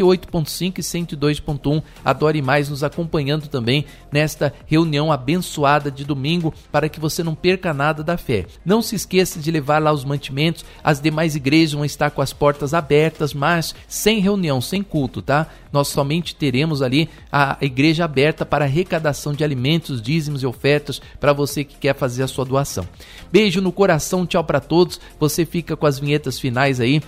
88.5 e 102.1 Adore Mais nos acompanhando também nesta reunião abençoada de domingo, para que você não perca nada da fé. Não se esqueça de levar lá os mantimentos. As demais igrejas vão estar com as portas abertas, mas sem reunião, sem culto, tá? Nós somente teremos ali a igreja aberta para arrecadação de alimentos, dízimos e ofertas para você que quer fazer a sua doação. Beijo no coração, tchau para todos. Você fica com as vinhetas finais aí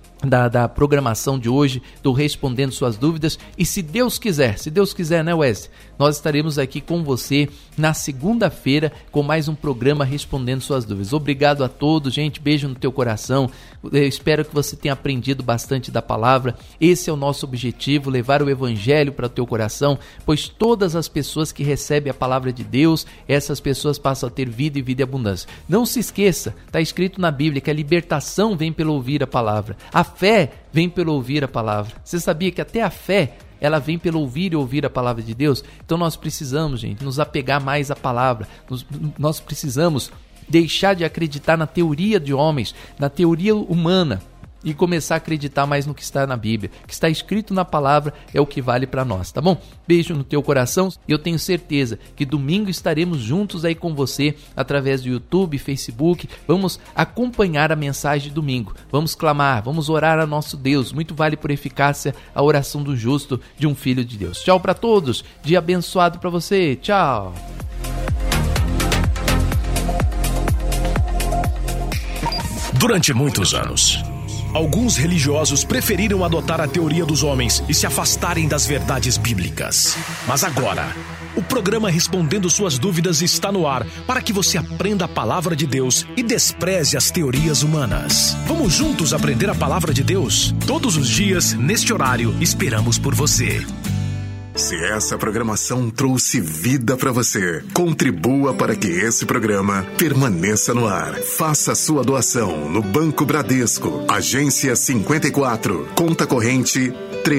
da programação de hoje, do Respondendo Suas Dúvidas. E se Deus quiser, né, Wesley, nós estaremos aqui com você na segunda-feira com mais um programa Respondendo Suas Dúvidas. Obrigado a todos, gente, beijo no teu coração. Eu espero que você tenha aprendido bastante da palavra. Esse é o nosso objetivo, levar o evangelho para o teu coração, pois todas as pessoas que recebem a palavra de Deus, essas pessoas passam a ter vida e vida e abundância. Não se esqueça, está escrito na Bíblia que a libertação vem pelo ouvir a palavra. A fé vem pelo ouvir a palavra. Você sabia que até a fé, ela vem pelo ouvir e ouvir a palavra de Deus? Então nós precisamos, gente, nos apegar mais à palavra. Nós precisamos deixar de acreditar na teoria de homens, na teoria humana, e começar a acreditar mais no que está na Bíblia. O que está escrito na palavra é o que vale para nós, tá bom? Beijo no teu coração, e eu tenho certeza que domingo estaremos juntos aí com você, através do YouTube, Facebook. Vamos acompanhar a mensagem de domingo, vamos clamar, vamos orar a nosso Deus. Muito vale por eficácia a oração do justo, de um filho de Deus. Tchau para todos, dia abençoado para você, tchau! Durante muitos anos, alguns religiosos preferiram adotar a teoria dos homens e se afastarem das verdades bíblicas. Mas agora, o programa Respondendo Suas Dúvidas está no ar para que você aprenda a palavra de Deus e despreze as teorias humanas. Vamos juntos aprender a palavra de Deus? Todos os dias, neste horário, esperamos por você. Se essa programação trouxe vida para você, contribua para que esse programa permaneça no ar. Faça sua doação no Banco Bradesco, agência 54, conta corrente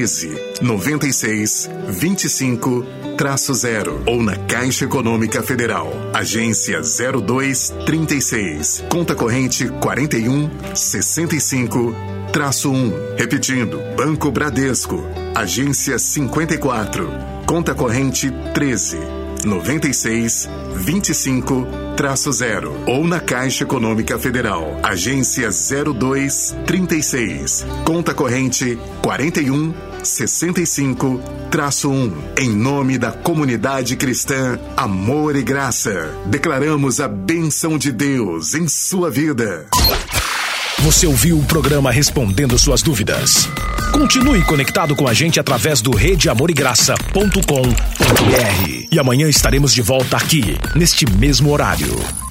13-96-25-0, ou na Caixa Econômica Federal, agência 0236, conta corrente 41-65-1. Repetindo, Banco Bradesco, agência 54, conta corrente 13-96-25-0, ou na Caixa Econômica Federal, agência 0236, conta corrente 41-65-1. Em nome da comunidade cristã Amor e Graça, declaramos a bênção de Deus em sua vida. Você ouviu o programa Respondendo Suas Dúvidas? Continue conectado com a gente através do redeamorigraça.com.br. E amanhã estaremos de volta aqui, neste mesmo horário.